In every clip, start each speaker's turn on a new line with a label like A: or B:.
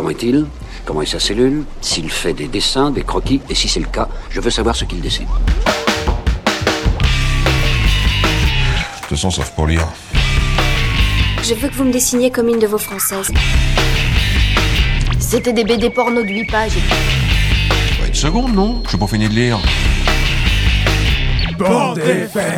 A: Comment est-il? Comment est sa cellule? S'il fait des dessins, des croquis, et si c'est le cas, je veux savoir ce qu'il dessine.
B: De toute façon, sauf pour lire.
C: Je veux que vous me dessiniez comme une de vos françaises.
D: C'était des BD porno de 8 pages.
B: Ouais, une seconde, non? Je suis pas fini de lire.
E: Bande FM.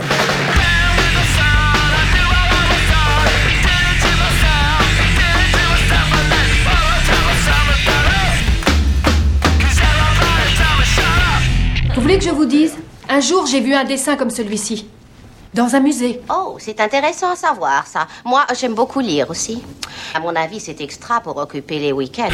F: Vous voulez que je vous dise? Un jour, j'ai vu un dessin comme celui-ci. Dans un musée.
D: Oh, c'est intéressant à savoir, ça. Moi, j'aime beaucoup lire aussi. À mon avis, c'est extra pour occuper les week-ends.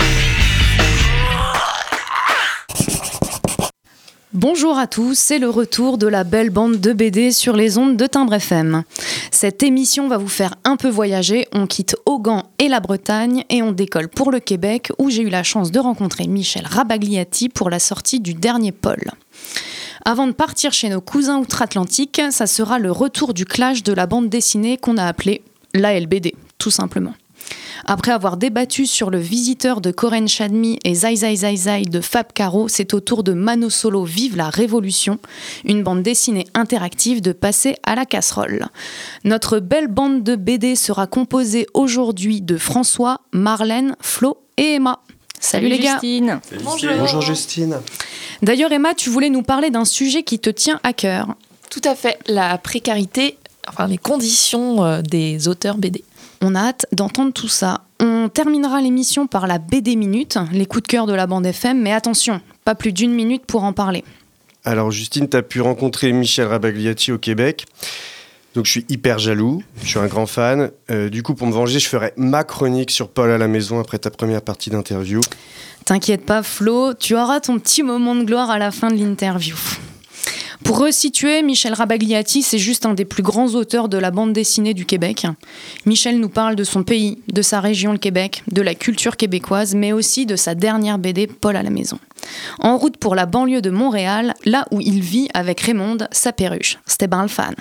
G: Bonjour à tous, c'est le retour de la belle bande de BD sur les ondes de Timbre FM. Cette émission va vous faire un peu voyager, on quitte Augan et la Bretagne et on décolle pour le Québec où j'ai eu la chance de rencontrer Michel Rabagliati pour la sortie du dernier Paul. Avant de partir chez nos cousins outre-Atlantique, ça sera le retour du clash de la bande dessinée qu'on a appelée la LBD, tout simplement. Après avoir débattu sur Le Visiteur de Corinne Chadmi et Zai Zai Zai Zai de Fab Caro, c'est au tour de Mano Solo Vive la Révolution, une bande dessinée interactive de passer à la casserole. Notre belle bande de BD sera composée aujourd'hui de François, Marlène, Flo et Emma. Salut les gars.
H: Justine.
I: Bonjour Justine.
G: D'ailleurs Emma, tu voulais nous parler d'un sujet qui te tient à cœur.
H: Tout à fait, la précarité, enfin les conditions des auteurs BD.
G: On a hâte d'entendre tout ça. On terminera l'émission par la BD Minute, les coups de cœur de la bande FM, mais attention, pas plus d'1 minute pour en parler.
I: Alors Justine, tu as pu rencontrer Michel Rabagliati au Québec. Donc je suis hyper jaloux, je suis un grand fan. Du coup, pour me venger, je ferai ma chronique sur Paul à la maison après ta première partie d'interview.
G: T'inquiète pas Flo, tu auras ton petit moment de gloire à la fin de l'interview. Pour resituer, Michel Rabagliati, c'est juste un des plus grands auteurs de la bande dessinée du Québec. Michel nous parle de son pays, de sa région, le Québec, de la culture québécoise, mais aussi de sa dernière BD, Paul à la maison. En route pour la banlieue de Montréal, là où il vit avec Raymonde, sa perruche. C'était ben le fan.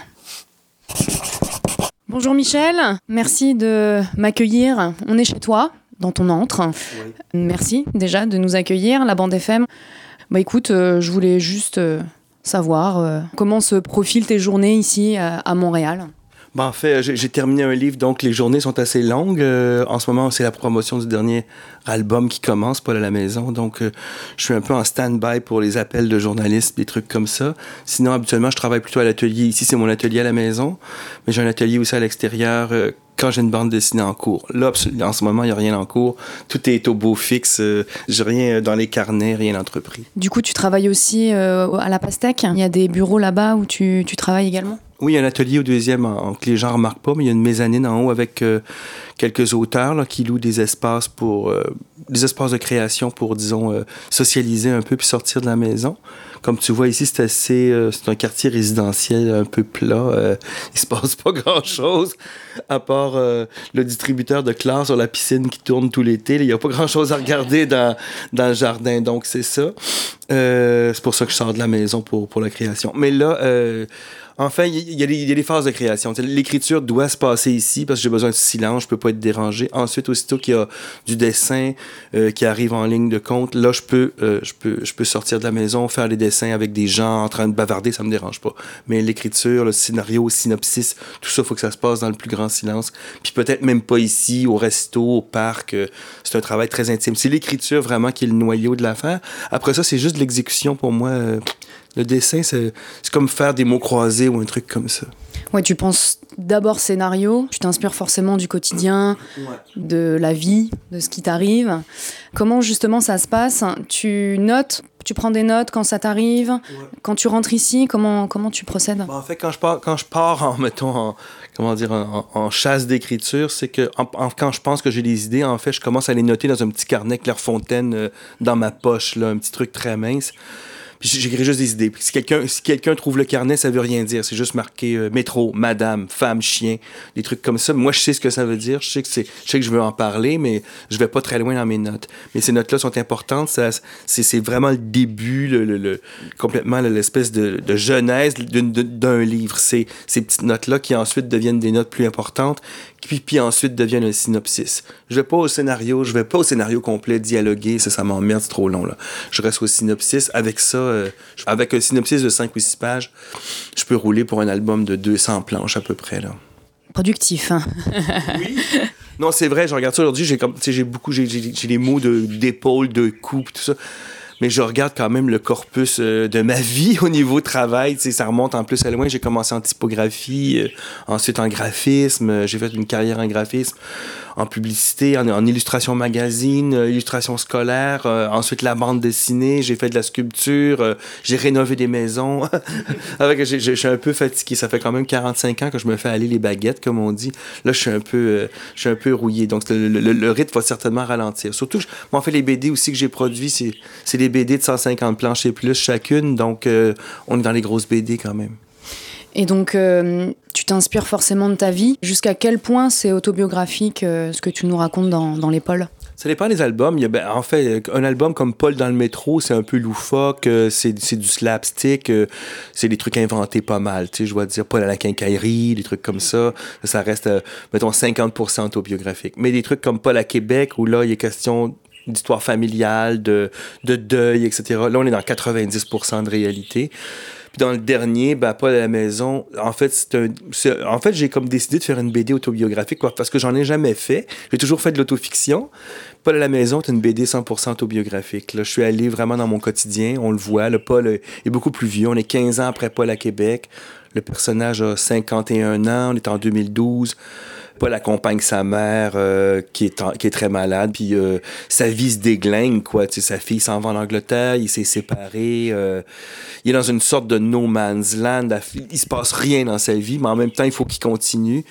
G: Bonjour Michel, merci de m'accueillir. On est chez toi, dans ton antre. Oui. Merci déjà de nous accueillir, la bande FM. Bah écoute, je voulais juste... savoir comment se profilent tes journées ici à Montréal.
J: Ben, en fait, j'ai terminé un livre, donc les journées sont assez longues. En ce moment, c'est la promotion du dernier album qui commence, Paul à la maison. Donc, je suis un peu en stand-by pour les appels de journalistes, des trucs comme ça. Sinon, habituellement, je travaille plutôt à l'atelier. Ici, c'est mon atelier à la maison. Mais j'ai un atelier aussi à l'extérieur quand j'ai une bande dessinée en cours. Là, en ce moment, il n'y a rien en cours. Tout est au beau fixe. J'ai rien dans les carnets, rien entrepris.
G: Du coup, tu travailles aussi à la Pastèque. Il y a des bureaux là-bas où tu travailles également?
J: Oui, il y a un atelier au deuxième que les gens ne remarquent pas, mais il y a une mezzanine en haut avec quelques auteurs là, qui louent des espaces de création pour, disons, socialiser un peu puis sortir de la maison. Comme tu vois ici, c'est un quartier résidentiel un peu plat. Il se passe pas grand-chose, à part le distributeur de classe sur la piscine qui tourne tout l'été. Il n'y a pas grand-chose à regarder dans le jardin, donc c'est ça. C'est pour ça que je sors de la maison pour la création. Mais là... Enfin, il y a des phases de création. L'écriture doit se passer ici parce que j'ai besoin de silence, je peux pas être dérangé. Ensuite, aussitôt qu'il y a du dessin qui arrive en ligne de compte, là, je peux sortir de la maison, faire les dessins avec des gens en train de bavarder, ça me dérange pas. Mais l'écriture, le scénario, le synopsis, tout ça, faut que ça se passe dans le plus grand silence. Puis peut-être même pas ici, au resto, au parc. C'est un travail très intime. C'est l'écriture vraiment qui est le noyau de l'affaire. Après ça, c'est juste de l'exécution pour moi. Le dessin, c'est comme faire des mots croisés ou un truc comme ça.
G: Ouais, tu penses d'abord scénario, tu t'inspires forcément du quotidien, de la vie, de ce qui t'arrive. Comment justement ça se passe? Tu notes, tu prends des notes quand ça t'arrive? Quand tu rentres ici, comment tu procèdes?
J: Ben, en fait, quand je pars en chasse d'écriture, c'est que quand je pense que j'ai des idées, en fait, je commence à les noter dans un petit carnet Clairefontaine dans ma poche, là, un petit truc très mince. Puis j'écris juste des idées. Puis si quelqu'un trouve le carnet, ça veut rien dire. C'est juste marqué métro, madame, femme, chien, des trucs comme ça. Moi, je sais ce que ça veut dire. Je sais que je veux en parler, mais je vais pas très loin dans mes notes. Mais ces notes-là sont importantes. C'est vraiment le début, complètement l'espèce de genèse d'un livre. Ces petites notes-là qui ensuite deviennent des notes plus importantes, puis ensuite deviennent un synopsis. Je vais pas au scénario complet, dialoguer, ça m'emmerde, c'est trop long, là. Je reste au synopsis. Avec ça, avec un synopsis de 5 ou 6 pages, je peux rouler pour un album de 200 planches à peu près, là.
G: Productif, hein?
J: Oui. Non, c'est vrai, je regarde ça aujourd'hui, j'ai les mots d'épaule, de cou, tout ça. Mais je regarde quand même le corpus de ma vie au niveau travail. Tu sais, ça remonte en plus à loin. J'ai commencé en typographie, ensuite en graphisme. J'ai fait une carrière en graphisme, en publicité, en illustration magazine, illustration scolaire. Ensuite, la bande dessinée. J'ai fait de la sculpture. J'ai rénové des maisons. Je suis un peu fatigué. Ça fait quand même 45 ans que je me fais aller les baguettes, comme on dit. Là, je suis un peu rouillé. Donc, le rythme va certainement ralentir. Surtout, en fait, les BD aussi que j'ai produits, c'est des BD de 150 planches et plus chacune, donc on est dans les grosses BD quand même.
G: Et donc, tu t'inspires forcément de ta vie. Jusqu'à quel point c'est autobiographique, ce que tu nous racontes dans les Paul? Ça
J: dépend des albums. En fait, un album comme Paul dans le métro, c'est un peu loufoque, c'est du slapstick, c'est des trucs inventés pas mal. Tu sais, je dois dire Paul à la quincaillerie, des trucs comme ça. Ça reste, mettons, 50% autobiographique. Mais des trucs comme Paul à Québec, où là, il est question d'histoire familiale, de deuil, etc. Là, on est dans 90% de réalité. Puis dans le dernier, Paul à la maison, en fait, j'ai comme décidé de faire une BD autobiographique, parce que j'en ai jamais fait. J'ai toujours fait de l'autofiction. Paul à la maison, c'est une BD 100% autobiographique. Là, je suis allé vraiment dans mon quotidien, on le voit. Le Paul est beaucoup plus vieux. On est 15 ans après Paul à Québec. Le personnage a 51 ans. On est en 2012. Paul accompagne sa mère qui est très malade, puis sa vie se déglingue, quoi. Tu sais, sa fille s'en va en Angleterre, il s'est séparé, il est dans une sorte de no man's land, il se passe rien dans sa vie, mais en même temps, il faut qu'il continue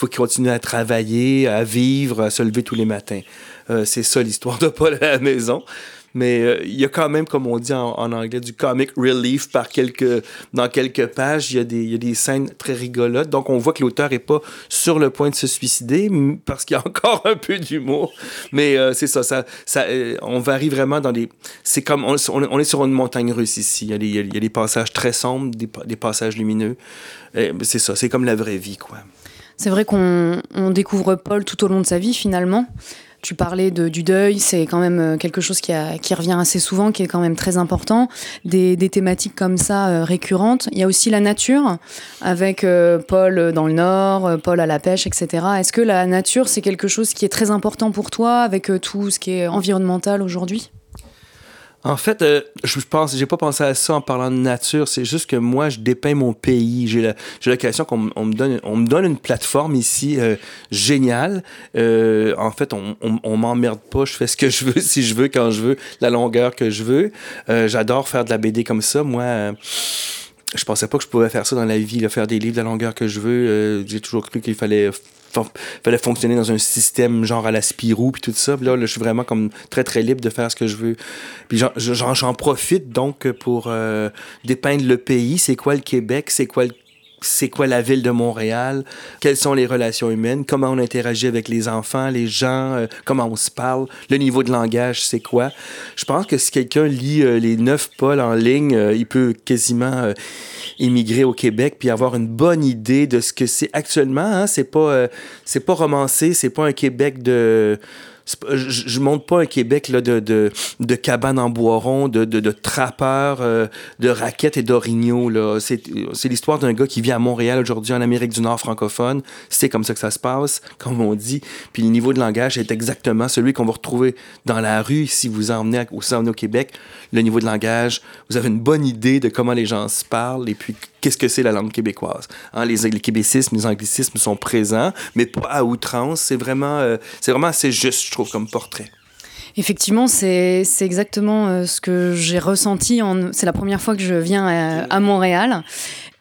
J: à travailler, à vivre, à se lever tous les matins. C'est ça l'histoire de Paul à la maison. Mais il y a quand même, comme on dit en anglais, du comic relief dans quelques pages. Il y a des scènes très rigolotes. Donc, on voit que l'auteur n'est pas sur le point de se suicider parce qu'il y a encore un peu d'humour. Mais c'est ça on varie vraiment dans des... C'est comme... On est sur une montagne russe ici. Il y a des passages très sombres, des passages lumineux. C'est ça, c'est comme la vraie vie, quoi.
G: C'est vrai qu'on découvre Paul tout au long de sa vie, finalement. Tu parlais du deuil, c'est quand même quelque chose qui revient assez souvent, qui est quand même très important. Des thématiques comme ça récurrentes. Il y a aussi la nature, avec Paul dans le Nord, Paul à la pêche, etc. Est-ce que la nature, c'est quelque chose qui est très important pour toi, avec tout ce qui est environnemental aujourd'hui ?
J: En fait, j'ai pas pensé à ça en parlant de nature. C'est juste que moi, je dépeins mon pays. J'ai l'occasion qu'on me donne une plateforme ici géniale. En fait, on m'emmerde pas. Je fais ce que je veux, si je veux, quand je veux, la longueur que je veux. J'adore faire de la BD comme ça. Moi, je pensais pas que je pouvais faire ça dans la vie, là, faire des livres de la longueur que je veux. J'ai toujours cru qu'il fallait fonctionner dans un système genre à la Spirou puis tout ça. Puis là, je suis vraiment comme très, très libre de faire ce que je veux. Puis j'en profite donc pour dépeindre le pays. C'est quoi le Québec? C'est quoi la ville de Montréal? Quelles sont les relations humaines? Comment on interagit avec les enfants, les gens? Comment on se parle? Le niveau de langage, c'est quoi? Je pense que si quelqu'un lit les 9 Paul en ligne, il peut quasiment immigrer au Québec puis avoir une bonne idée de ce que c'est actuellement. Hein? C'est pas romancé, c'est pas un Québec de... Je montre pas un Québec là, de cabanes en bois rond, de trappeurs, de raquettes et d'orignaux. Là. C'est l'histoire d'un gars qui vit à Montréal aujourd'hui, en Amérique du Nord francophone. C'est comme ça que ça se passe, comme on dit. Puis le niveau de langage est exactement celui qu'on va retrouver dans la rue si vous emmenez au Québec. Le niveau de langage, vous avez une bonne idée de comment les gens se parlent et puis qu'est-ce que c'est la langue québécoise. Hein, les québécismes, les anglicismes sont présents, mais pas à outrance. C'est vraiment assez juste, je trouve, comme portrait.
G: Effectivement, c'est exactement ce que j'ai ressenti. C'est la première fois que je viens à Montréal.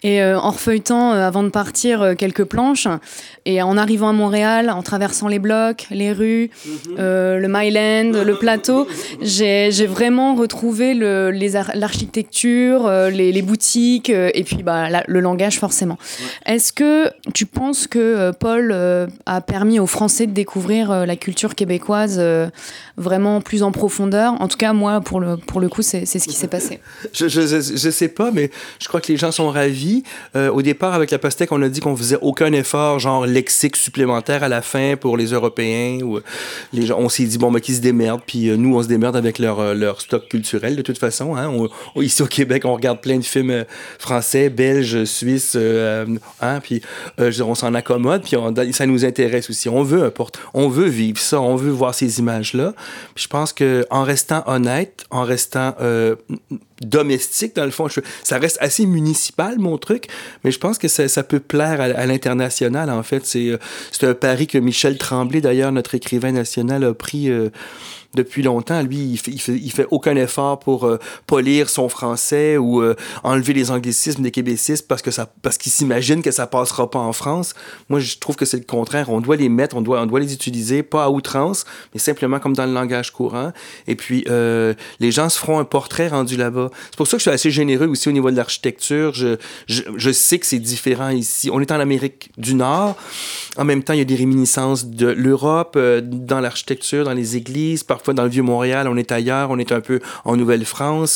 G: Et en refeuilletant, avant de partir, quelques planches, et en arrivant à Montréal, en traversant les blocs, les rues, le Myland, le plateau, j'ai vraiment retrouvé l'architecture, les boutiques, et puis le langage forcément. Est-ce que tu penses que Paul a permis aux Français de découvrir la culture québécoise vraiment plus en profondeur? En tout cas, moi, pour le coup, c'est ce qui s'est passé.
J: Je sais pas, mais je crois que les gens sont ravis. Au départ, avec la pastèque, on a dit qu'on faisait aucun effort, genre lexique supplémentaire à la fin pour les Européens. Ou les gens, on s'est dit, qui se démerdent, puis nous, on se démerde avec leur stock culturel, de toute façon. Hein. Ici, au Québec, on regarde plein de films français, belges, suisses, puis on s'en accommode, puis ça nous intéresse aussi. On veut vivre ça, on veut voir ces images-là. Puis je pense qu'en restant honnête, en restant domestique, dans le fond, ça reste assez municipal, mon truc, mais je pense que ça peut plaire à l'international, en fait. C'est un pari que Michel Tremblay, d'ailleurs, notre écrivain national, a pris depuis longtemps. Lui, il fait aucun effort pour polir son français ou enlever les anglicismes des québécistes parce qu'il s'imagine que ça passera pas en France. Moi, je trouve que c'est le contraire. On doit les mettre, on doit les utiliser, pas à outrance, mais simplement comme dans le langage courant. Et puis, les gens se feront un portrait rendu là-bas. C'est pour ça que je suis assez généreux aussi au niveau de l'architecture. Je sais que c'est différent ici. On est en Amérique du Nord. En même temps, il y a des réminiscences de l'Europe dans l'architecture, dans les églises. Parfois, dans le Vieux-Montréal, on est ailleurs. On est un peu en Nouvelle-France.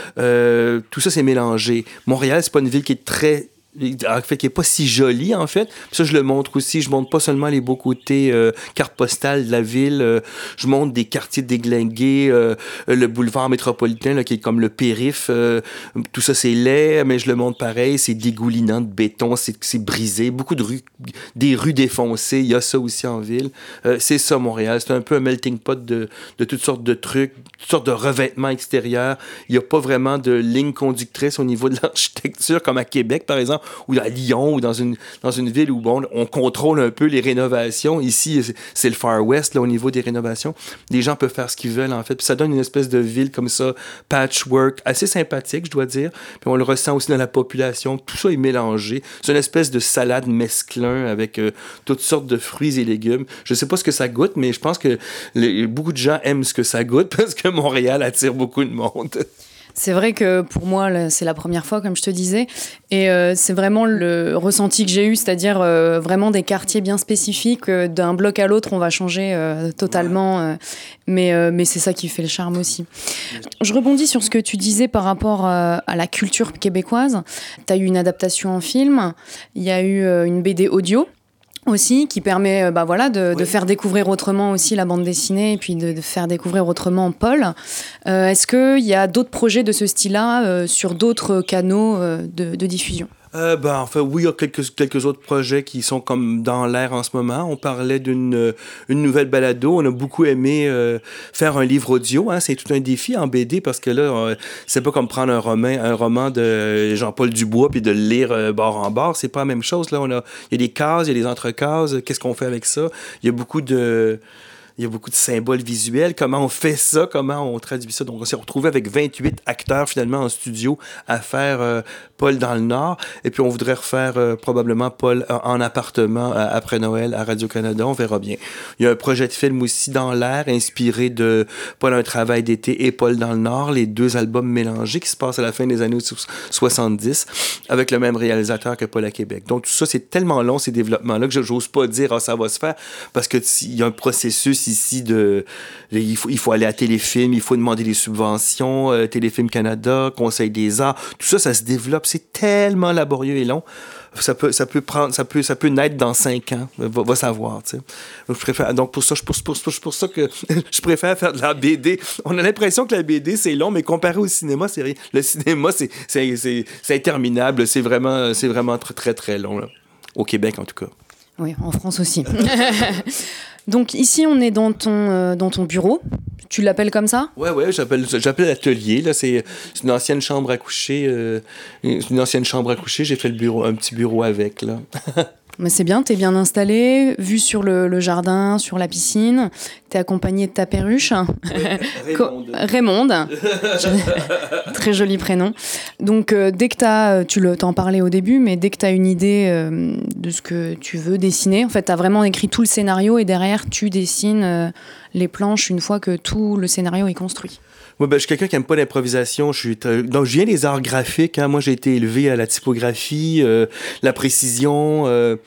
J: Tout ça, c'est mélangé. Montréal, c'est pas une ville qui est qui est pas si jolie, en fait. Puis ça, je le montre aussi. Je montre pas seulement les beaux côtés carte postale de la ville. Je montre des quartiers déglingués, le boulevard métropolitain, là, qui est comme le périph'. Tout ça, c'est laid, mais je le montre pareil. C'est dégoulinant de béton, c'est brisé. Beaucoup de rues, des rues défoncées. Il y a ça aussi en ville. C'est ça, Montréal. C'est un peu un melting pot de toutes sortes de trucs, toutes sortes de revêtements extérieurs. Il y a pas vraiment de ligne conductrice au niveau de l'architecture, comme à Québec, par exemple, ou à Lyon, ou dans une ville où on contrôle un peu les rénovations. Ici, c'est le Far West, là, au niveau des rénovations. Les gens peuvent faire ce qu'ils veulent, en fait. Puis ça donne une espèce de ville comme ça, patchwork, assez sympathique, je dois dire. Puis on le ressent aussi dans la population. Tout ça est mélangé. C'est une espèce de salade mesclun avec toutes sortes de fruits et légumes. Je sais pas ce que ça goûte, mais je pense que beaucoup de gens aiment ce que ça goûte parce que Montréal attire beaucoup de monde.
G: C'est vrai que pour moi, c'est la première fois, comme je te disais. Et c'est vraiment le ressenti que j'ai eu, c'est-à-dire vraiment des quartiers bien spécifiques. D'un bloc à l'autre, on va changer totalement. Mais c'est ça qui fait le charme aussi. Je rebondis sur ce que tu disais par rapport à la culture québécoise. Tu as eu une adaptation en film. Il y a eu une BD audio aussi, qui permet de faire découvrir autrement aussi la bande dessinée et puis de faire découvrir autrement Paul. Est-ce qu'il y a d'autres projets de ce style-là sur d'autres canaux de diffusion?
J: En fait, oui, il y a quelques autres projets qui sont comme dans l'air en ce moment. On parlait d'une nouvelle balado. On a beaucoup aimé faire un livre audio. Hein. C'est tout un défi en BD parce que là, c'est pas comme prendre un roman de Jean-Paul Dubois puis de le lire bord en bord. C'est pas la même chose. Là, il y a des cases, il y a des entrecases. Qu'est-ce qu'on fait avec ça? Il y a beaucoup de symboles visuels. Comment on fait ça? Comment on traduit ça? Donc, on s'est retrouvé avec 28 acteurs, finalement, en studio à faire Paul dans le Nord. Et puis, on voudrait refaire probablement Paul en appartement après Noël à Radio-Canada. On verra bien. Il y a un projet de film aussi dans l'air, inspiré de Paul un travail d'été et Paul dans le Nord, les deux albums mélangés qui se passent à la fin des années 70, avec le même réalisateur que Paul à Québec. Donc, tout ça, c'est tellement long, ces développements-là, que j'ose pas dire « ça va se faire », parce qu'il y a un processus ici il faut aller à Téléfilm, il faut demander des subventions, Téléfilm Canada, Conseil des arts, tout ça, ça se développe, c'est tellement laborieux et long. Ça peut naître dans 5 ans, va savoir, tu sais. Donc pour ça que je préfère faire de la BD. On a l'impression que la BD c'est long, mais comparé au cinéma, c'est rien. Le cinéma c'est interminable, c'est vraiment très très très long là. Au Québec en tout cas.
G: Oui, en France aussi. Donc ici, on est dans ton bureau. Tu l'appelles comme ça? Ouais,
J: j'appelle l'atelier. Là, c'est une ancienne chambre à coucher. J'ai fait un petit bureau avec là.
G: Mais c'est bien, t'es bien installé, vue sur le jardin, sur la piscine. T'es accompagné de ta perruche. Raymonde. Très joli prénom. Donc, dès que tu t'en parlais au début, mais dès que t'as une idée de ce que tu veux dessiner, en fait, t'as vraiment écrit tout le scénario et derrière, tu dessines les planches une fois que tout le scénario est construit.
J: Ouais, je suis quelqu'un qui n'aime pas l'improvisation. Donc, je viens des arts graphiques. Hein. Moi, j'ai été élevé à la typographie, la précision,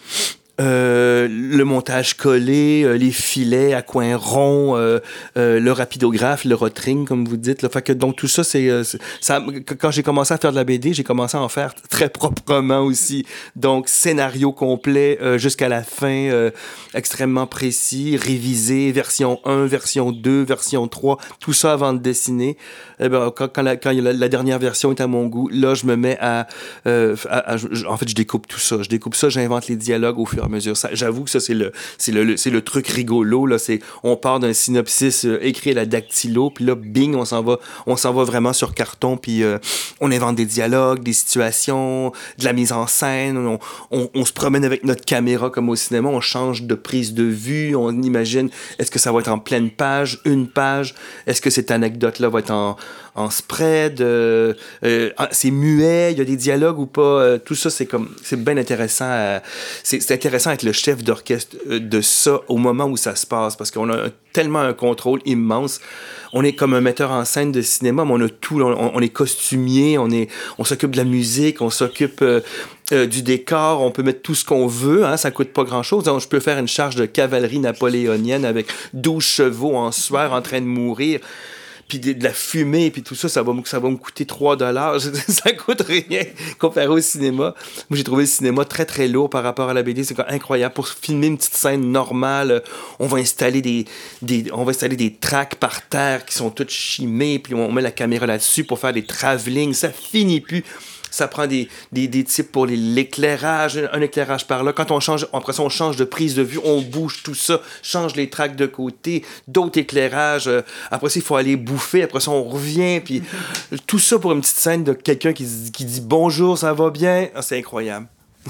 J: le montage collé, les filets à coins ronds, le rapidographe, le rotring, comme vous dites. Là. Fait que, donc, tout ça, quand j'ai commencé à faire de la BD, j'ai commencé à en faire très proprement aussi. Donc, scénario complet jusqu'à la fin, extrêmement précis, révisé, version 1, version 2, version 3, tout ça avant de dessiner. Quand la dernière version est à mon goût, là, je me mets en fait, je découpe tout ça. J'invente les dialogues au fur et à mesure. Ça, j'avoue que ça, c'est le truc rigolo, là. On part d'un synopsis écrit à la dactylo, puis là, bing, on s'en va vraiment sur carton, puis on invente des dialogues, des situations, de la mise en scène, on se promène avec notre caméra comme au cinéma, on change de prise de vue, on imagine, est-ce que ça va être en pleine page, une page, est-ce que cette anecdote-là va être en spread, c'est muet, il y a des dialogues ou pas, tout ça, c'est bien intéressant. C'est intéressant d'être le chef d'orchestre de ça au moment où ça se passe, parce qu'on a tellement un contrôle immense. On est comme un metteur en scène de cinéma, mais on a tout. On est costumier, on s'occupe de la musique, on s'occupe du décor, on peut mettre tout ce qu'on veut, hein, ça coûte pas grand-chose. Donc, je peux faire une charge de cavalerie napoléonienne avec 12 chevaux en sueur en train de mourir. Puis de la fumée, puis tout ça, ça va me coûter $3. Ça coûte rien comparé au cinéma. Moi, j'ai trouvé le cinéma très, très lourd par rapport à la BD. C'est incroyable. Pour filmer une petite scène normale, on va installer des tracks par terre qui sont toutes chimées, puis on met la caméra là-dessus pour faire des travelling. Ça finit plus. Ça prend des types pour l'éclairage, un éclairage par là. Quand après ça, on change de prise de vue, on bouge tout ça, change les tracks de côté, d'autres éclairages. Après ça, il faut aller bouffer. Après ça, on revient. Puis tout ça pour une petite scène de quelqu'un qui dit « Bonjour, ça va bien? » C'est incroyable.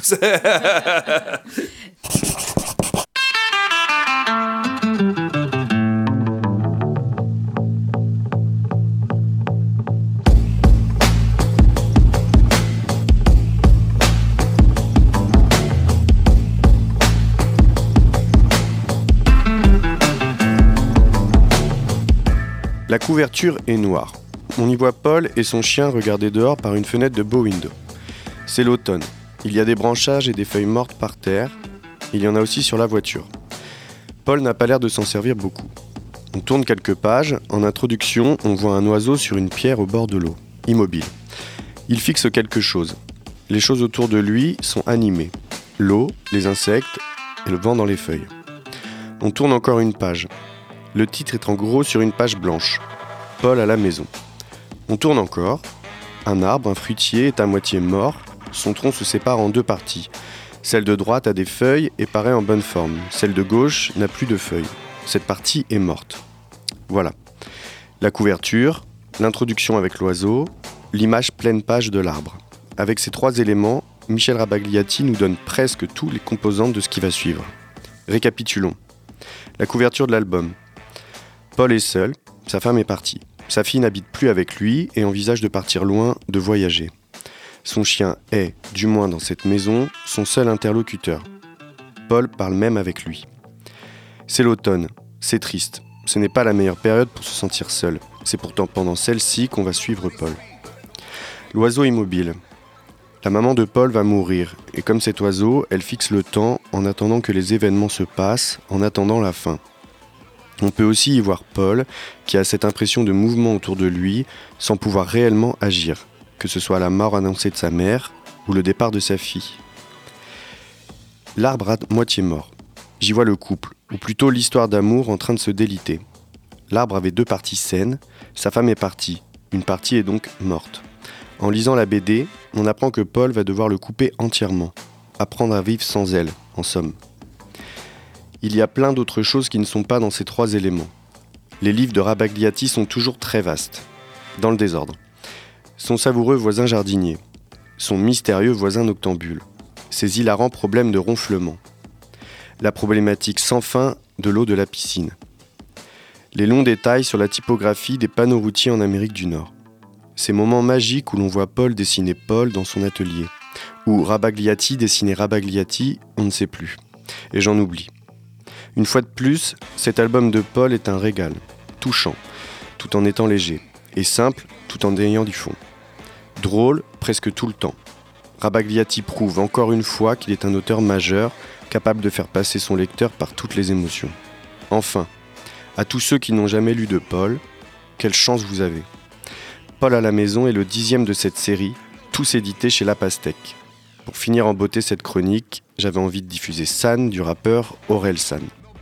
I: La couverture est noire. On y voit Paul et son chien regarder dehors par une fenêtre de bow window. C'est l'automne. Il y a des branchages et des feuilles mortes par terre. Il y en a aussi sur la voiture. Paul n'a pas l'air de s'en servir beaucoup. On tourne quelques pages. En introduction, on voit un oiseau sur une pierre au bord de l'eau, immobile. Il fixe quelque chose. Les choses autour de lui sont animées. L'eau, les insectes et le vent dans les feuilles. On tourne encore une page. Le titre est en gros sur une page blanche. Paul à la maison. On tourne encore. Un arbre, un fruitier, est à moitié mort. Son tronc se sépare en deux parties. Celle de droite a des feuilles et paraît en bonne forme. Celle de gauche n'a plus de feuilles. Cette partie est morte. Voilà. La couverture, l'introduction avec l'oiseau, l'image pleine page de l'arbre. Avec ces trois éléments, Michel Rabagliati nous donne presque tous les composantes de ce qui va suivre. Récapitulons. La couverture de l'album. Paul est seul, sa femme est partie. Sa fille n'habite plus avec lui et envisage de partir loin, de voyager. Son chien est, du moins dans cette maison, son seul interlocuteur. Paul parle même avec lui. C'est l'automne, c'est triste. Ce n'est pas la meilleure période pour se sentir seul. C'est pourtant pendant celle-ci qu'on va suivre Paul. L'oiseau immobile. La maman de Paul va mourir, et comme cet oiseau, elle fixe le temps en attendant que les événements se passent, en attendant la fin. On peut aussi y voir Paul, qui a cette impression de mouvement autour de lui, sans pouvoir réellement agir, que ce soit la mort annoncée de sa mère ou le départ de sa fille. L'arbre à moitié mort. J'y vois le couple, ou plutôt l'histoire d'amour en train de se déliter. L'arbre avait deux parties saines, sa femme est partie, une partie est donc morte. En lisant la BD, on apprend que Paul va devoir le couper entièrement, apprendre à vivre sans elle, en somme. Il y a plein d'autres choses qui ne sont pas dans ces trois éléments. Les livres de Rabagliati sont toujours très vastes, dans le désordre. Son savoureux voisin jardinier, son mystérieux voisin noctambule, ses hilarants problèmes de ronflement. La problématique sans fin de l'eau de la piscine. Les longs détails sur la typographie des panneaux routiers en Amérique du Nord. Ces moments magiques où l'on voit Paul dessiner Paul dans son atelier. Ou Rabagliati dessiner Rabagliati, on ne sait plus. Et j'en oublie. Une fois de plus, cet album de Paul est un régal. Touchant, tout en étant léger. Et simple, tout en ayant du fond. Drôle, presque tout le temps. Rabagliati prouve encore une fois qu'il est un auteur majeur, capable de faire passer son lecteur par toutes les émotions. Enfin, à tous ceux qui n'ont jamais lu de Paul, quelle chance vous avez. Paul à la maison est le 10e de cette série, tous édités chez La Pastèque. Pour finir en beauté cette chronique, j'avais envie de diffuser San du rappeur Aurel San.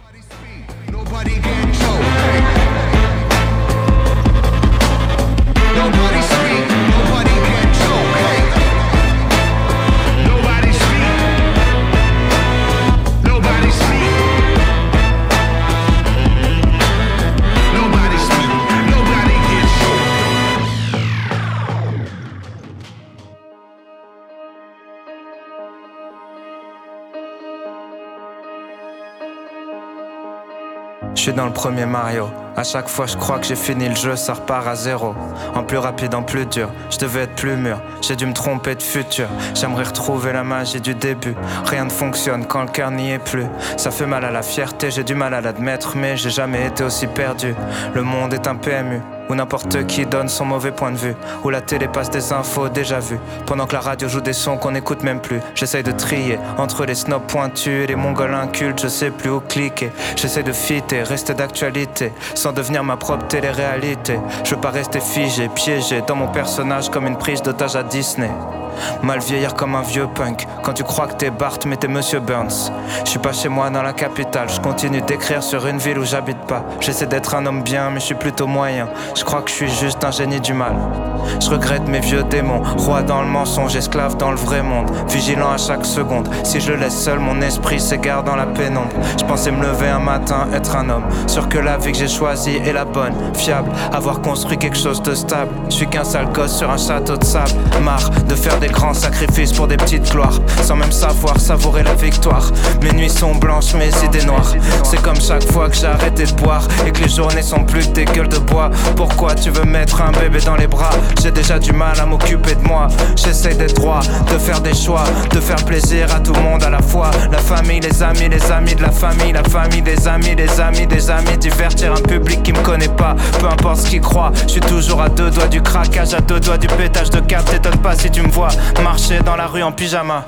E: Je suis dans le premier Mario. À chaque fois je crois que j'ai fini le jeu, ça repart à zéro. En plus rapide, en plus dur, je devais être plus mûr. J'ai dû me tromper de futur, j'aimerais retrouver la magie du début. Rien ne fonctionne quand le cœur n'y est plus. Ça fait mal à la fierté, j'ai du mal à l'admettre, mais j'ai jamais été aussi perdu. Le monde est un PMU, où n'importe qui donne son mauvais point de vue, où la télé passe des infos déjà vues, pendant que la radio joue des sons qu'on n'écoute même plus. J'essaye de trier entre les snobs pointus et les mongols incultes, je sais plus où cliquer. J'essaye de fitter, rester d'actualité, sans devenir ma propre télé-réalité. Je veux pas rester figé, piégé dans mon personnage comme une prise d'otage à Disney. Mal vieillir comme un vieux punk, quand tu crois que t'es Bart mais t'es Monsieur Burns. Je suis pas chez moi dans la capitale, je continue d'écrire sur une ville où j'habite pas. J'essaie d'être un homme bien mais je suis plutôt moyen. Je crois que je suis juste un génie du mal. Je regrette mes vieux démons, roi dans le mensonge, esclave dans le vrai monde, vigilant à chaque seconde. Si je le laisse seul, mon esprit s'égare dans la pénombre. Je pensais me lever un matin, être un homme, sûr que la vie que j'ai choisie est la bonne, fiable, avoir construit quelque chose de stable. Je suis qu'un sale gosse sur un château de sable, marre de faire des grands sacrifices pour des petites gloires, sans même savoir savourer la victoire. Mes nuits sont blanches, mes idées noires. C'est comme chaque fois que j'ai arrêté de boire et que les journées sont plus que des gueules de bois. Pourquoi tu veux mettre un bébé dans les bras? J'ai déjà du mal à m'occuper de moi. J'essaie d'être droit, de faire des choix, de faire plaisir à tout le monde à la fois. La famille, les amis de la famille, la famille des amis, des amis. Divertir un public qui me connaît pas, peu importe ce qu'il croit. Je suis toujours à deux doigts du craquage, à deux doigts du pétage de câble. T'étonnes pas si tu me vois marcher dans la rue en pyjama.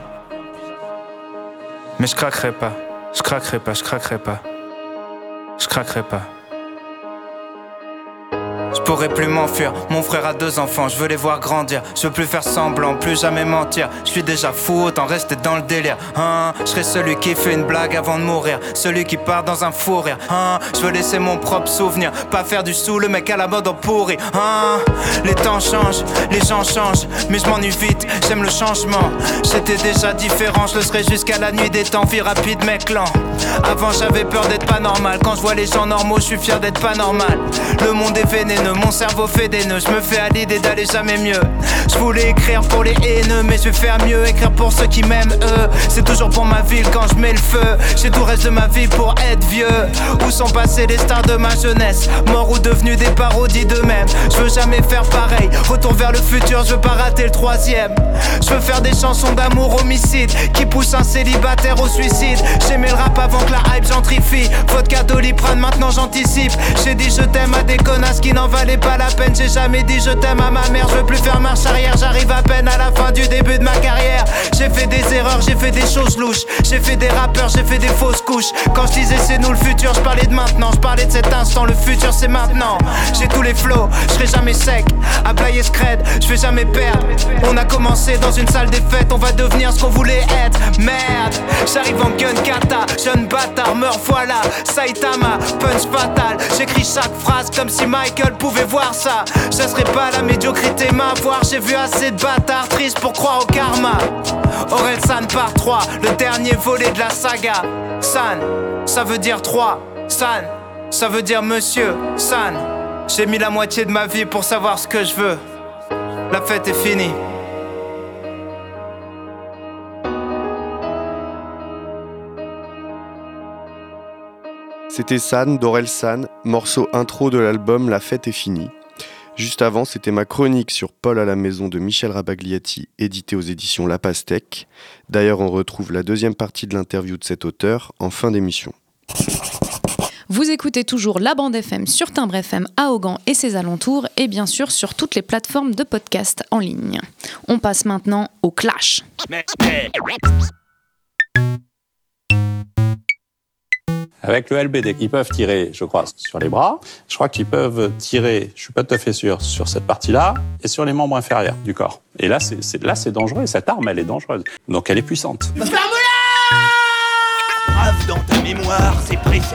E: Mais je craquerai pas, je craquerai pas, je craquerai pas, je craquerai pas. Je pourrais plus m'enfuir, mon frère a 2 enfants, je veux les voir grandir. Je veux plus faire semblant, plus jamais mentir. Je suis déjà fou, autant rester dans le délire. Je serai celui qui fait une blague avant de mourir, celui qui part dans un fou rire. Je veux laisser mon propre souvenir, pas faire du sous, le mec à la mode en pourri. Les temps changent, les gens changent, mais je m'ennuie vite, j'aime le changement. J'étais déjà différent, je le serai jusqu'à la nuit des temps. Vie rapide mec lent. Avant j'avais peur d'être pas normal, quand je vois les gens normaux, je suis fier d'être pas normal. Le monde est vénéneux, mon cerveau fait des nœuds, je me fais à l'idée d'aller jamais mieux. Je voulais écrire pour les haineux, mais je vais faire mieux, écrire pour ceux qui m'aiment eux. C'est toujours pour ma ville quand je mets le feu. J'ai tout le reste de ma vie pour être vieux. Où sont passés les stars de ma jeunesse, morts ou devenus des parodies d'eux-mêmes. Je veux jamais faire pareil, retour vers le futur, je veux pas rater le 3e. Je veux faire des chansons d'amour homicide qui poussent un célibataire au suicide. J'aimais le rap avant que la hype gentrifie. Vodka Doliprane, maintenant j'anticipe. J'ai dit je t'aime à des connasses qui n'en valait pas la peine. J'ai jamais dit je t'aime à ma mère. Je veux plus faire marche arrière, j'arrive à peine à la fin du début de ma carrière. J'ai fait des erreurs, j'ai fait des choses louches. J'ai fait des rappeurs, j'ai fait des fausses couches. Quand je disais c'est nous le futur, je parlais de maintenant. Je parlais de cet instant, le futur c'est maintenant. J'ai tous les flows, je serai jamais sec. À player scred, je vais jamais perdre. On a commencé dans une salle des fêtes, on va devenir ce qu'on voulait être. Merde, j'arrive en gun kata, jeune bâtard, meurs voilà. Saitama, punch fatal. J'écris chaque phrase comme si Michael pouvait voir ça. Je serais pas la médiocrité m'avoir. J'ai vu assez de bâtards tristes pour croire au karma. Aurel San part 3, le dernier volet de la saga. San, ça veut dire 3. San, ça veut dire monsieur. San, j'ai mis la moitié de ma vie pour savoir ce que je veux. La fête est finie.
I: C'était San d'Orelsan, morceau intro de l'album La fête est finie. Juste avant, c'était ma chronique sur Paul à la maison de Michel Rabagliati, édité aux éditions La Pastèque. D'ailleurs, on retrouve la deuxième partie de l'interview de cet auteur en fin d'émission.
G: Vous écoutez toujours la bande FM sur Timbre FM à Augan et ses alentours et bien sûr sur toutes les plateformes de podcast en ligne. On passe maintenant au clash.
K: Avec le LBD, ils peuvent tirer, je crois, sur les bras. Je crois qu'ils peuvent tirer, je suis pas tout à fait sûr, sur cette partie-là et sur les membres inférieurs du corps. Et là, c'est dangereux. Cette arme, elle est dangereuse. Donc, elle est puissante.
L: Ferme-la ! Grave dans ta mémoire, c'est précis.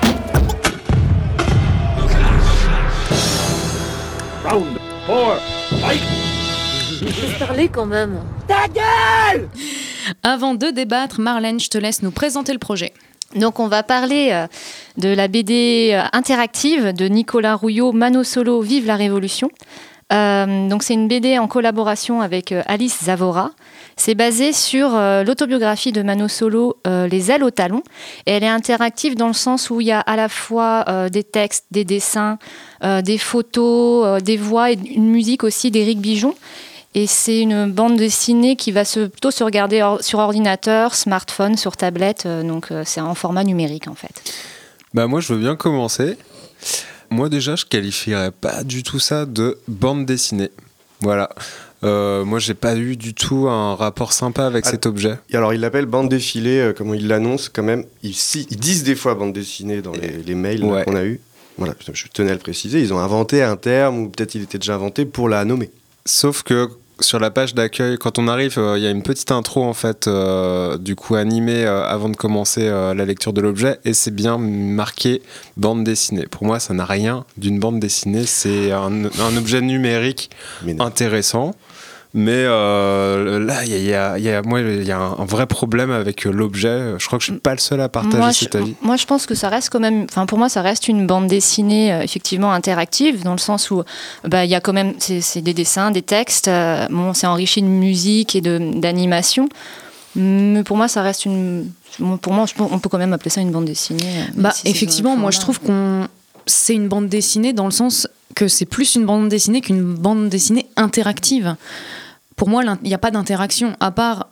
M: Round 4, fight!
N: Laisse parler quand même.
L: Ta gueule!
G: Avant de débattre, Marlène, je te laisse nous présenter le projet.
N: Donc on va parler de la BD interactive de Nicolas Rouillot, Mano Solo, Vive la Révolution. Donc c'est une BD en collaboration avec Alice Zavora. C'est basé sur l'autobiographie de Mano Solo, Les ailes au talon. Et elle est interactive dans le sens où il y a à la fois des textes, des dessins, des photos, des voix et une musique aussi d'Éric Bijon. Et c'est une bande dessinée qui va plutôt se regarder sur ordinateur, smartphone, sur tablette. Donc c'est en format numérique en fait.
O: Bah moi je veux bien commencer. Moi déjà je qualifierais pas du tout ça de bande dessinée. Voilà. Moi j'ai pas eu du tout un rapport sympa avec cet objet.
I: Et alors ils l'appellent bande défilée, comment ils l'annoncent quand même. Ils disent des fois bande dessinée dans les mails qu'on a eus. Voilà, je tenais à le préciser. Ils ont inventé un terme, ou peut-être il était déjà inventé pour la nommer.
O: Sauf que sur la page d'accueil, quand on arrive, il y a une petite intro en fait, du coup animée avant de commencer la lecture de l'objet, et c'est bien marqué bande dessinée. Pour moi, ça n'a rien d'une bande dessinée. C'est un objet numérique intéressant. Mais là, il y a un vrai problème avec l'objet. Je crois que je suis pas le seul à partager cet avis.
N: Moi, je pense que ça reste quand même. Enfin, pour moi, ça reste une bande dessinée effectivement interactive, dans le sens où il y a quand même c'est des dessins, des textes. Bon, c'est enrichi de musique et d'animation. Mais pour moi, ça reste une. Pour moi, on peut quand même appeler ça une bande dessinée.
G: Effectivement, moi, je trouve c'est une bande dessinée dans le sens que c'est plus une bande dessinée qu'une bande dessinée interactive. Pour moi, il n'y a pas d'interaction, à part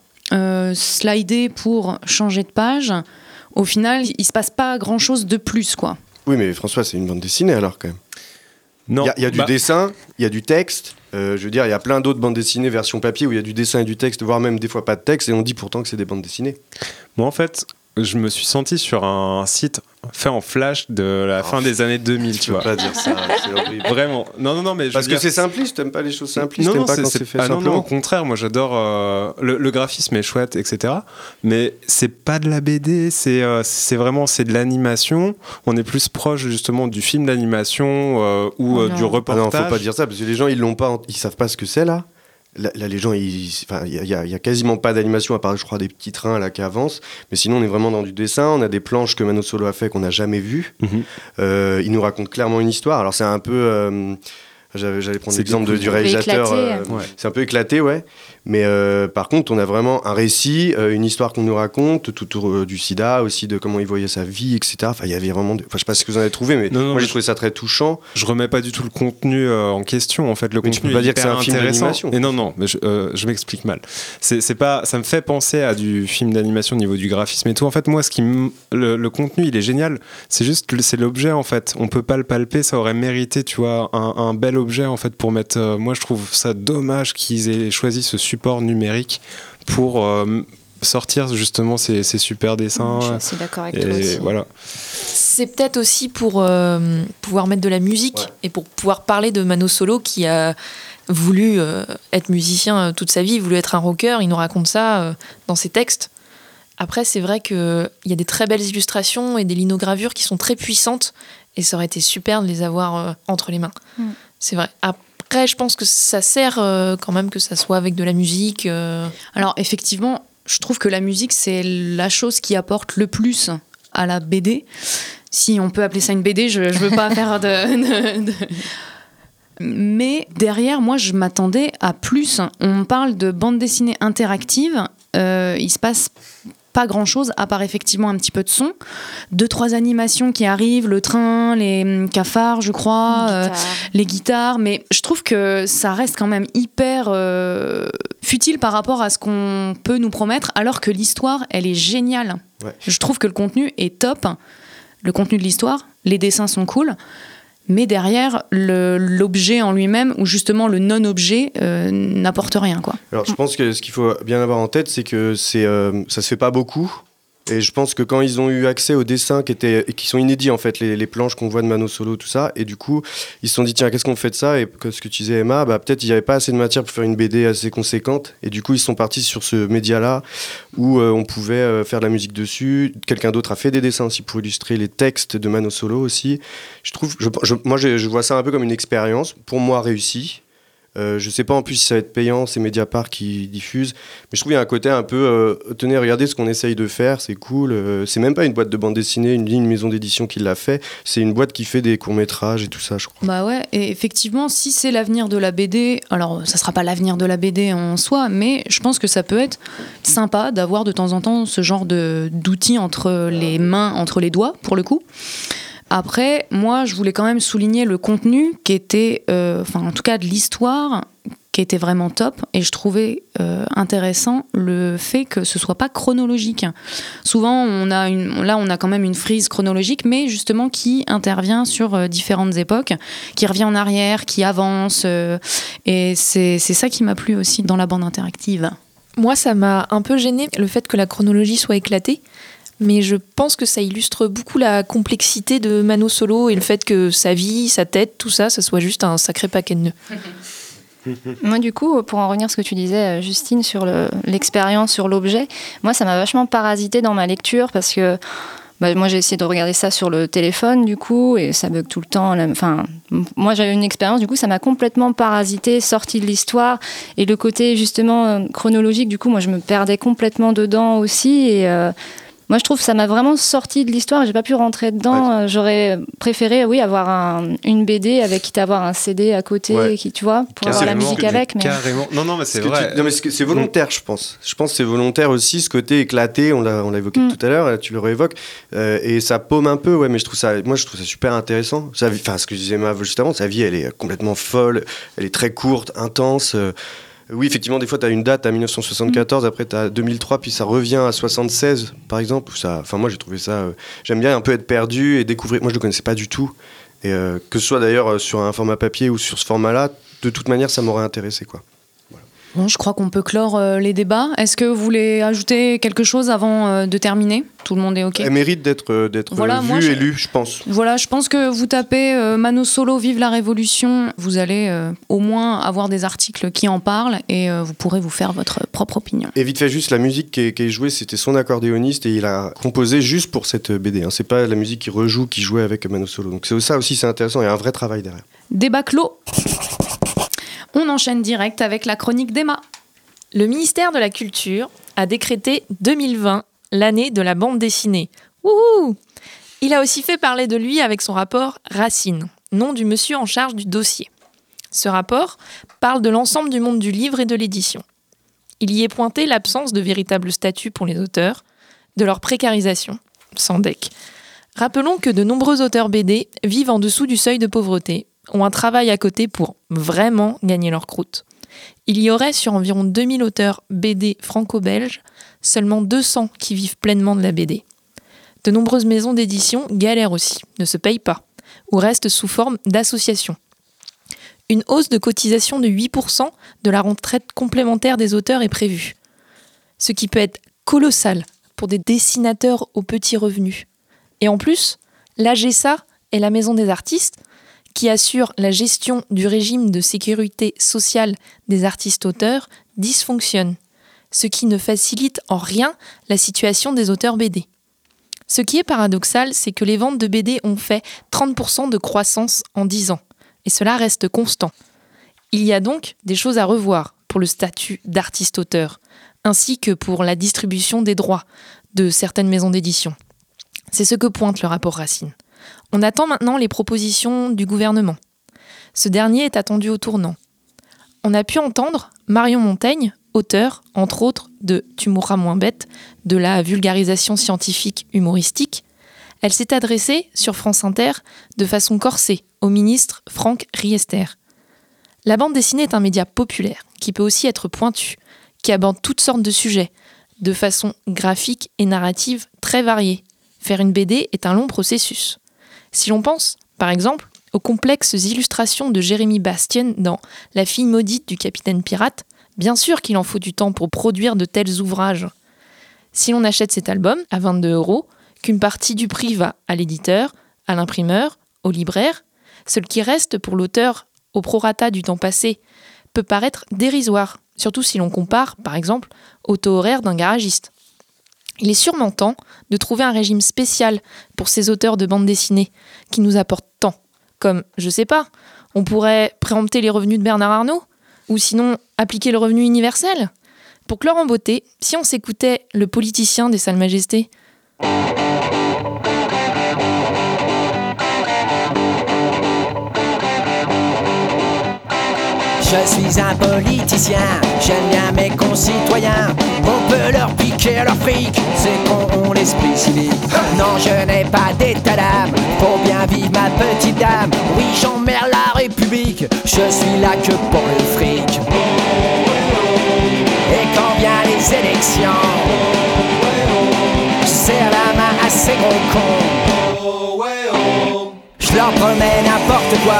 G: slider pour changer de page. Au final, il ne se passe pas grand-chose de plus, quoi.
I: Oui, mais François, c'est une bande dessinée alors, quand même. Non. Il y a du dessin, il y a du texte. Je veux dire, il y a plein d'autres bandes dessinées version papier où il y a du dessin et du texte, voire même des fois pas de texte, et on dit pourtant que c'est des bandes dessinées.
O: Moi, en fait, je me suis senti sur un site fait en flash de la fin des années 2000, tu vois.
I: Je peux pas dire ça, c'est horrible.
O: Vraiment. Non, mais
I: parce que c'est simpliste, t'aimes pas les choses simplistes, t'aimes pas quand c'est fait simplement.
O: Non, au contraire, moi j'adore le graphisme est chouette, etc. Mais c'est pas de la BD, c'est vraiment de l'animation. On est plus proche justement du film d'animation ou du reportage.
I: Non, faut pas dire ça parce que les gens ils savent pas ce que c'est là. Là, les gens, il y a quasiment pas d'animation à part, je crois, des petits trains là qui avancent. Mais sinon, on est vraiment dans du dessin. On a des planches que Mano Solo a fait qu'on n'a jamais vues. Il nous raconte clairement une histoire. Alors c'est un peu, j'allais prendre l'exemple du réalisateur. C'est un peu éclaté, ouais. Mais par contre, on a vraiment un récit, une histoire qu'on nous raconte, tout autour du sida, aussi de comment il voyait sa vie, etc. Enfin, il y avait vraiment. Enfin, je sais pas ce que vous en avez trouvé, mais moi j'ai trouvé ça très touchant.
O: Je remets pas du tout le contenu en question. En fait, le contenu
I: tu peux pas dire que c'est un film d'animation.
O: Et non, mais je m'explique mal. C'est pas. Ça me fait penser à du film d'animation au niveau du graphisme et tout. En fait, moi, le contenu, il est génial. C'est juste, c'est l'objet en fait. On peut pas le palper. Ça aurait mérité, tu vois, un bel objet en fait pour mettre. Moi, je trouve ça dommage qu'ils aient choisi ce support numérique pour sortir justement ces super dessins.
N: Je suis assez d'accord avec toi aussi.
O: Voilà.
H: C'est peut-être aussi pour pouvoir mettre de la musique et pour pouvoir parler de Mano Solo qui a voulu être musicien toute sa vie, voulu être un rocker. Il nous raconte ça dans ses textes. Après, c'est vrai qu'il y a des très belles illustrations et des linogravures qui sont très puissantes et ça aurait été super de les avoir entre les mains. C'est vrai. Après, je pense que ça sert quand même que ça soit avec de la musique.
G: Alors, effectivement, je trouve que la musique, c'est la chose qui apporte le plus à la BD. Si on peut appeler ça une BD, je veux pas faire de... Mais derrière, moi, je m'attendais à plus. On parle de bande dessinée interactive. Il se passe pas grand-chose, à part effectivement un petit peu de son. 2-3 animations qui arrivent, le train, les cafards, je crois, les guitares. Mais je trouve que ça reste quand même hyper futile par rapport à ce qu'on peut nous promettre, alors que l'histoire, elle est géniale. Ouais. Je trouve que le contenu est top. Le contenu de l'histoire, les dessins sont cool. Mais derrière, l'objet en lui-même, ou justement le non-objet, n'apporte rien, quoi.
I: Alors je pense que ce qu'il faut bien avoir en tête, c'est que ça se fait pas beaucoup. Et je pense que quand ils ont eu accès aux dessins qui sont inédits, en fait, les planches qu'on voit de Mano Solo, tout ça, et du coup, ils se sont dit, tiens, qu'est-ce qu'on fait de ça? Et ce que tu disais, Emma, peut-être il n'y avait pas assez de matière pour faire une BD assez conséquente. Et du coup, ils sont partis sur ce média-là, où on pouvait faire de la musique dessus. Quelqu'un d'autre a fait des dessins aussi pour illustrer les textes de Mano Solo aussi. Moi, je vois ça un peu comme une expérience, pour moi, réussie. Je sais pas en plus si ça va être payant, c'est Mediapart qui diffuse, mais je trouve qu'il y a un côté un peu tenez, regardez ce qu'on essaye de faire, c'est cool. C'est même pas une boîte de bande dessinée, une maison d'édition qui l'a fait, c'est une boîte qui fait des courts-métrages et tout ça, je crois.
G: Bah ouais, et effectivement, si c'est l'avenir de la BD, alors ça sera pas l'avenir de la BD en soi, mais je pense que ça peut être sympa d'avoir de temps en temps ce genre d'outils entre les mains, entre les doigts, pour le coup. Après, moi, je voulais quand même souligner le contenu qui était, en tout cas de l'histoire, qui était vraiment top. Et je trouvais intéressant le fait que ce soit pas chronologique. Souvent, on a quand même une frise chronologique, mais justement qui intervient sur différentes époques, qui revient en arrière, qui avance. Et c'est ça qui m'a plu aussi dans la bande interactive.
H: Moi, ça m'a un peu gêné le fait que la chronologie soit éclatée. Mais je pense que ça illustre beaucoup la complexité de Mano Solo et le fait que sa vie, sa tête, tout ça, ça soit juste un sacré paquet de nœuds.
N: Moi, du coup, pour en revenir à ce que tu disais, Justine, sur l'expérience, sur l'objet, moi, ça m'a vachement parasité dans ma lecture parce que moi, j'ai essayé de regarder ça sur le téléphone, du coup, et ça bug tout le temps. Moi, j'avais une expérience, du coup, ça m'a complètement parasité, sorti de l'histoire. Et le côté, justement, chronologique, du coup, moi, je me perdais complètement dedans aussi. Et moi, je trouve que ça m'a vraiment sorti de l'histoire. J'ai pas pu rentrer dedans. Ouais. J'aurais préféré, avoir une BD avec quitte à avoir un CD à côté, qui, tu vois, pour avoir la musique avec. Mais...
O: Carrément. Non, mais c'est vrai.
I: Non, mais c'est volontaire, je pense. Je pense que c'est volontaire aussi, ce côté éclaté. On l'a évoqué tout à l'heure. Tu le réévoques. Et ça paume un peu. Ouais, mais je trouve ça super intéressant. Ce que je disais juste avant, sa vie, elle est complètement folle. Elle est très courte, intense. Oui, effectivement, des fois, tu as une date à 1974, après tu as 2003, puis ça revient à 76, par exemple. Moi, j'ai trouvé ça... j'aime bien un peu être perdu et découvrir... Moi, je ne le connaissais pas du tout. Et que ce soit d'ailleurs sur un format papier ou sur ce format-là, de toute manière, ça m'aurait intéressé, quoi.
G: Bon, je crois qu'on peut clore les débats. Est-ce que vous voulez ajouter quelque chose avant de terminer ? Tout le monde est OK ?
I: Elle mérite d'être vue et lue, je pense.
G: Voilà, je pense que vous tapez Mano Solo, Vive la Révolution, vous allez au moins avoir des articles qui en parlent et vous pourrez vous faire votre propre opinion. Et
I: vite fait, juste la musique qui est jouée, c'était son accordéoniste et il a composé juste pour cette BD. Hein. C'est pas la musique qui rejoue, qui jouait avec Mano Solo. Donc ça aussi, c'est intéressant. Il y a un vrai travail derrière.
G: Débat clos. On enchaîne direct avec la chronique d'Emma.
H: Le ministère de la Culture a décrété 2020 l'année de la bande dessinée. Wouhou ! Il a aussi fait parler de lui avec son rapport Racine, nom du monsieur en charge du dossier. Ce rapport parle de l'ensemble du monde du livre et de l'édition. Il y est pointé l'absence de véritable statut pour les auteurs, de leur précarisation, sans deck. Rappelons que de nombreux auteurs BD vivent en dessous du seuil de pauvreté, ont un travail à côté pour vraiment gagner leur croûte. Il y aurait sur environ 2000 auteurs BD franco-belges, seulement 200 qui vivent pleinement de la BD. De nombreuses maisons d'édition galèrent aussi, ne se payent pas, ou restent sous forme d'associations. Une hausse de cotisation de 8% de la retraite complémentaire des auteurs est prévue. Ce qui peut être colossal pour des dessinateurs aux petits revenus. Et en plus, l'AGESA est la maison des artistes, qui assure la gestion du régime de sécurité sociale des artistes-auteurs, dysfonctionne, ce qui ne facilite en rien la situation des auteurs BD. Ce qui est paradoxal, c'est que les ventes de BD ont fait 30% de croissance en 10 ans, et cela reste constant. Il y a donc des choses à revoir pour le statut d'artiste-auteur, ainsi que pour la distribution des droits de certaines maisons d'édition. C'est ce que pointe le rapport Racine. On attend maintenant les propositions du gouvernement. Ce dernier est attendu au tournant. On a pu entendre Marion Montaigne, auteure, entre autres, de Tu mourras moins bête, de la vulgarisation scientifique humoristique. Elle s'est adressée, sur France Inter, de façon corsée, au ministre Franck Riester. La bande dessinée est un média populaire, qui peut aussi être pointu, qui aborde toutes sortes de sujets, de façon graphique et narrative très variée. Faire une BD est un long processus. Si l'on pense, par exemple, aux complexes illustrations de Jérémy Bastien dans La fille maudite du capitaine pirate, bien sûr qu'il en faut du temps pour produire de tels ouvrages. Si l'on achète cet album à 22 €, qu'une partie du prix va à l'éditeur, à l'imprimeur, au libraire, ce qui reste pour l'auteur au prorata du temps passé peut paraître dérisoire, surtout si l'on compare, par exemple, au taux horaire d'un garagiste. Il est sûrement temps de trouver un régime spécial pour ces auteurs de bande dessinée qui nous apportent tant. Comme, je sais pas, on pourrait préempter les revenus de Bernard Arnault, ou sinon appliquer le revenu universel. Pour clore en beauté, si on s'écoutait Le politicien des Salles Majestés.
P: Je suis un politicien, j'aime bien mes concitoyens. On peut leur piquer leur fric, c'est con, l'esprit civique. Non, je n'ai pas d'état d'âme, pour bien vivre ma petite dame. Oui, j'emmerde la République, je suis là que pour le fric. Et quand vient les élections, je serre la main à ces gros cons. Je leur promets n'importe quoi,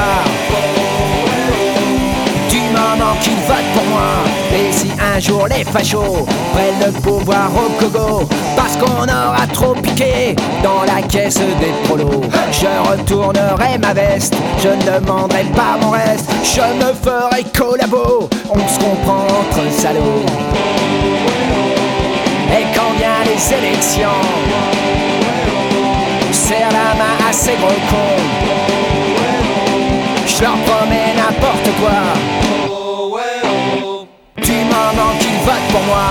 P: moment qu'ils votent pour moi. Et si un jour les fachos prennent le pouvoir au Congo, parce qu'on aura trop piqué dans la caisse des prolos, je retournerai ma veste, je ne demanderai pas mon reste, je me ferai collabo, on se comprend entre salauds. Et quand vient les élections, je serre la main à ces gros cons, je leur promets n'importe quoi, du moment qu'ils votent pour moi.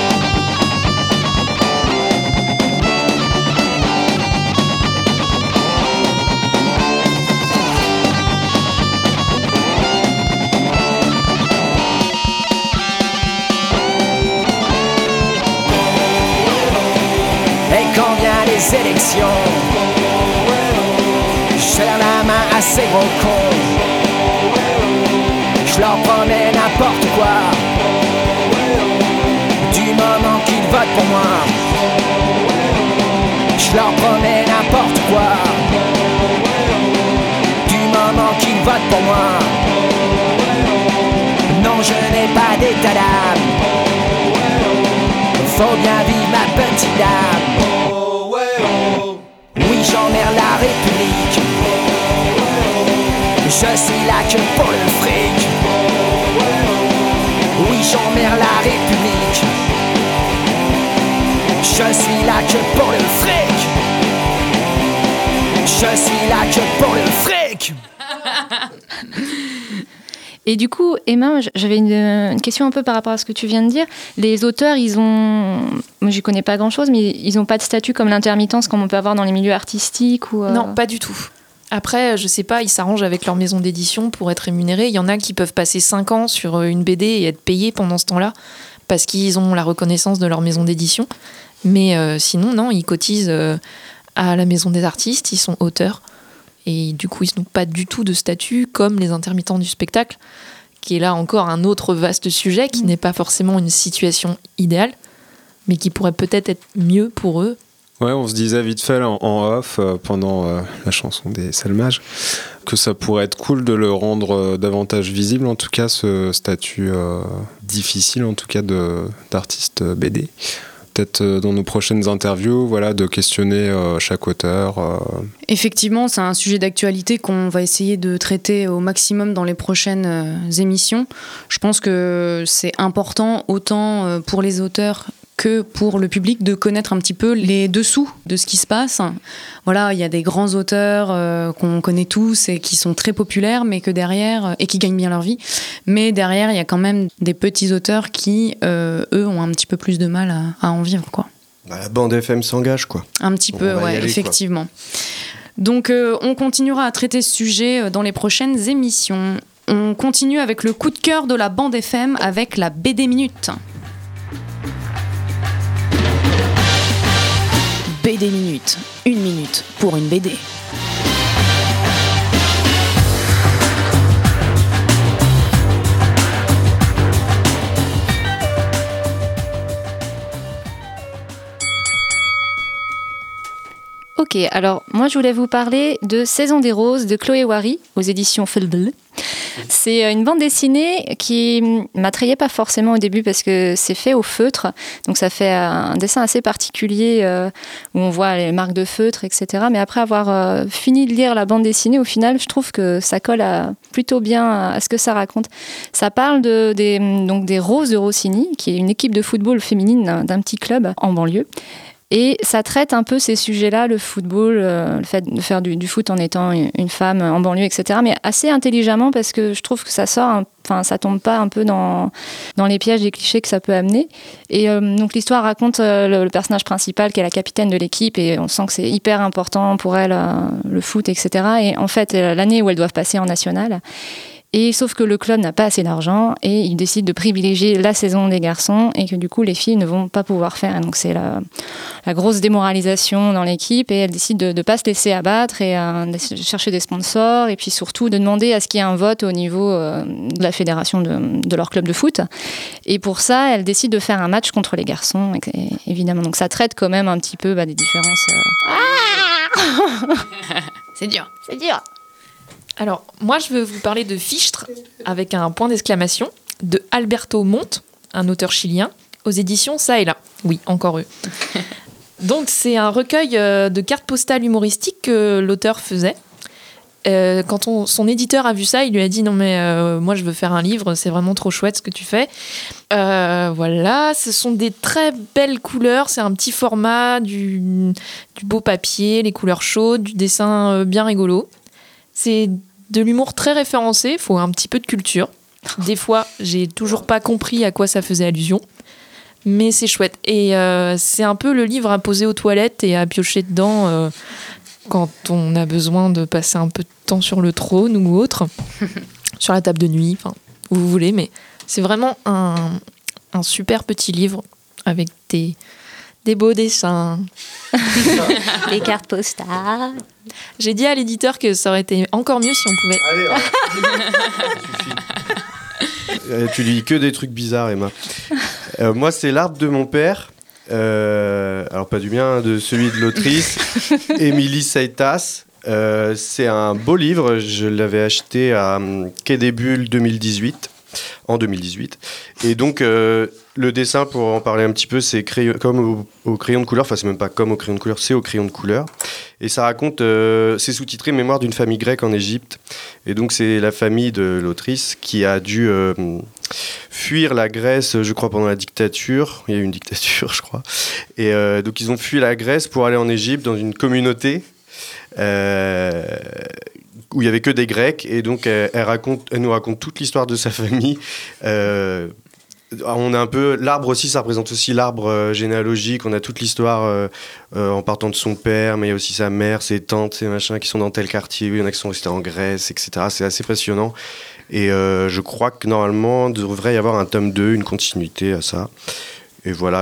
P: Et quand vient les élections, je serre la main à ces gros cons, je leur promets n'importe quoi, du moment qu'ils votent pour moi. Je leur promets n'importe quoi, du moment qu'ils votent pour moi. Non, je n'ai pas d'état d'âme, faut bien vivre ma petite dame. Oui, j'emmerde la République, je suis là que pour le fric. Oui, j'emmerde la République, je suis là que pour le fric. Je suis là que pour le fric.
N: Et du coup, Emma, j'avais une question un peu par rapport à ce que tu viens de dire. Les auteurs, ils ont... Moi, je connais pas grand-chose, mais ils n'ont pas de statut comme l'intermittence comme on peut avoir dans les milieux artistiques ou
H: Non, pas du tout. Après, je sais pas, ils s'arrangent avec leur maison d'édition pour être rémunérés. Il y en a qui peuvent passer 5 ans sur une BD et être payés pendant ce temps-là parce qu'ils ont la reconnaissance de leur maison d'édition. Mais sinon, non, ils cotisent à la maison des artistes, ils sont auteurs. Et du coup, ils n'ont pas du tout de statut comme les intermittents du spectacle, qui est là encore un autre vaste sujet, qui n'est pas forcément une situation idéale, mais qui pourrait peut-être être mieux pour eux.
O: Ouais, on se disait vite fait en off pendant la chanson des Salmages que ça pourrait être cool de le rendre davantage visible, en tout cas ce statut difficile, en tout cas d'artiste BD. Peut-être dans nos prochaines interviews, voilà, de questionner chaque auteur.
G: Effectivement, c'est un sujet d'actualité qu'on va essayer de traiter au maximum dans les prochaines émissions. Je pense que c'est important, autant pour les auteurs que pour le public, de connaître un petit peu les dessous de ce qui se passe. Voilà, il y a des grands auteurs qu'on connaît tous et qui sont très populaires, mais que derrière, et qui gagnent bien leur vie, mais derrière, il y a quand même des petits auteurs qui, eux, ont un petit peu plus de mal à en vivre, quoi.
I: Bah, la bande FM s'engage, quoi.
G: Un petit peu, ouais, aller, effectivement. Quoi. Donc, on continuera à traiter ce sujet dans les prochaines émissions. On continue avec le coup de cœur de la bande FM avec la BD Minute. BD Minute, 1 minute pour une BD.
N: Ok, alors moi je voulais vous parler de Saison des Roses de Chloé Wary aux éditions Felbel. C'est une bande dessinée qui m'attrayait pas forcément au début parce que c'est fait au feutre, donc ça fait un dessin assez particulier où on voit les marques de feutre, etc. Mais après avoir fini de lire la bande dessinée, au final, je trouve que ça colle plutôt bien à ce que ça raconte. Ça parle des Roses de Rossini, qui est une équipe de football féminine d'un petit club en banlieue. Et ça traite un peu ces sujets-là, le football, le fait de faire du foot en étant une femme en banlieue, etc. Mais assez intelligemment parce que je trouve que ça ça tombe pas un peu dans les pièges des clichés que ça peut amener. Et donc l'histoire raconte le personnage principal qui est la capitaine de l'équipe et on sent que c'est hyper important pour elle, le foot, etc. Et en fait, l'année où elles doivent passer en nationale. Et sauf que le club n'a pas assez d'argent et il décide de privilégier la saison des garçons et que du coup les filles ne vont pas pouvoir faire. Donc c'est la grosse démoralisation dans l'équipe et elle décide de ne pas se laisser abattre et de chercher des sponsors et puis surtout de demander à ce qu'il y ait un vote au niveau de la fédération de leur club de foot. Et pour ça, elle décide de faire un match contre les garçons, évidemment. Donc ça traite quand même un petit peu des différences.
G: C'est dur.
N: C'est dur.
H: Alors, moi, je veux vous parler de Fichtre, avec un point d'exclamation, de Alberto Montt, un auteur chilien, aux éditions Ça et Là. Oui, encore eux. Donc, c'est un recueil de cartes postales humoristiques que l'auteur faisait. Quand son éditeur a vu ça, il lui a dit « Non, mais moi, je veux faire un livre, c'est vraiment trop chouette ce que tu fais. » Voilà, ce sont des très belles couleurs, c'est un petit format, du beau papier, les couleurs chaudes, du dessin bien rigolo. C'est de l'humour très référencé, il faut un petit peu de culture. Des fois, j'ai toujours pas compris à quoi ça faisait allusion, mais c'est chouette. Et c'est un peu le livre à poser aux toilettes et à piocher dedans quand on a besoin de passer un peu de temps sur le trône ou autre, sur la table de nuit, enfin, où vous voulez. Mais c'est vraiment un super petit livre avec des beaux dessins.
N: Des cartes postales.
H: J'ai dit à l'éditeur que ça aurait été encore mieux si on pouvait...
I: Allez, tu lis que des trucs bizarres, Emma. Moi, c'est L'arbre de mon père. Alors, pas du mien, de celui de l'autrice, Émilie Saitas. C'est un beau livre. Je l'avais acheté à Quai des Bulles en 2018. Et donc, le dessin, pour en parler un petit peu, c'est comme au crayon de couleur. Enfin, c'est même pas comme au crayon de couleur, c'est au crayon de couleur. Et ça raconte, c'est sous-titré « Mémoire d'une famille grecque en Égypte ». Et donc, c'est la famille de l'autrice qui a dû fuir la Grèce, je crois, pendant la dictature. Il y a eu une dictature, je crois. Et donc, ils ont fui la Grèce pour aller en Égypte, dans une communauté où il n'y avait que des Grecs, et donc elle nous raconte toute l'histoire de sa famille. On a un peu l'arbre aussi, ça représente aussi l'arbre généalogique. On a toute l'histoire en partant de son père, mais il y a aussi sa mère, ses tantes, ses machins qui sont dans tel quartier. Il y en a qui sont restés en Grèce, etc. C'est assez passionnant. Et je crois que normalement, il devrait y avoir un tome 2, une continuité à ça. Et voilà,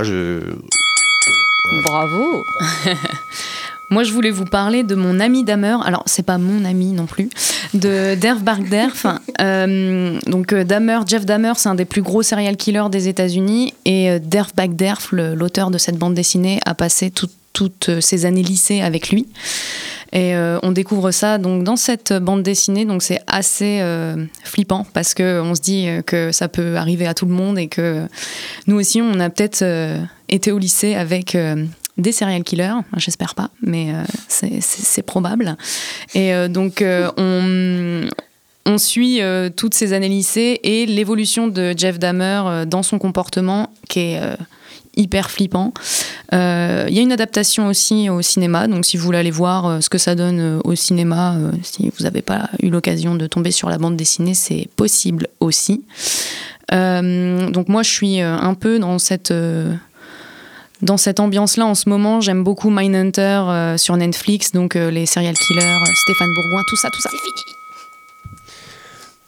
N: Bravo.
G: Moi, je voulais vous parler de mon ami Dahmer. Alors, c'est pas mon ami non plus, de Derf Bagderf. Donc, Jeff Dahmer, c'est un des plus gros serial killers des États-Unis. Et Derf Bagderf, l'auteur de cette bande dessinée, a passé toutes ses années lycée avec lui. Et on découvre ça donc dans cette bande dessinée. Donc, c'est assez flippant parce qu'on se dit que ça peut arriver à tout le monde et que nous aussi, on a peut-être été au lycée avec des serial killers, j'espère pas, mais c'est probable. Et donc on suit toutes ces années lycée et l'évolution de Jeff Dahmer dans son comportement qui est hyper flippant. Il y a une adaptation aussi au cinéma, donc si vous voulez aller voir ce que ça donne au cinéma, si vous n'avez pas eu l'occasion de tomber sur la bande dessinée, c'est possible aussi. Donc moi je suis un peu dans cette ambiance-là en ce moment. J'aime beaucoup Mindhunter sur Netflix, donc les serial killers, Stéphane Bourgoin, tout ça. C'est fini.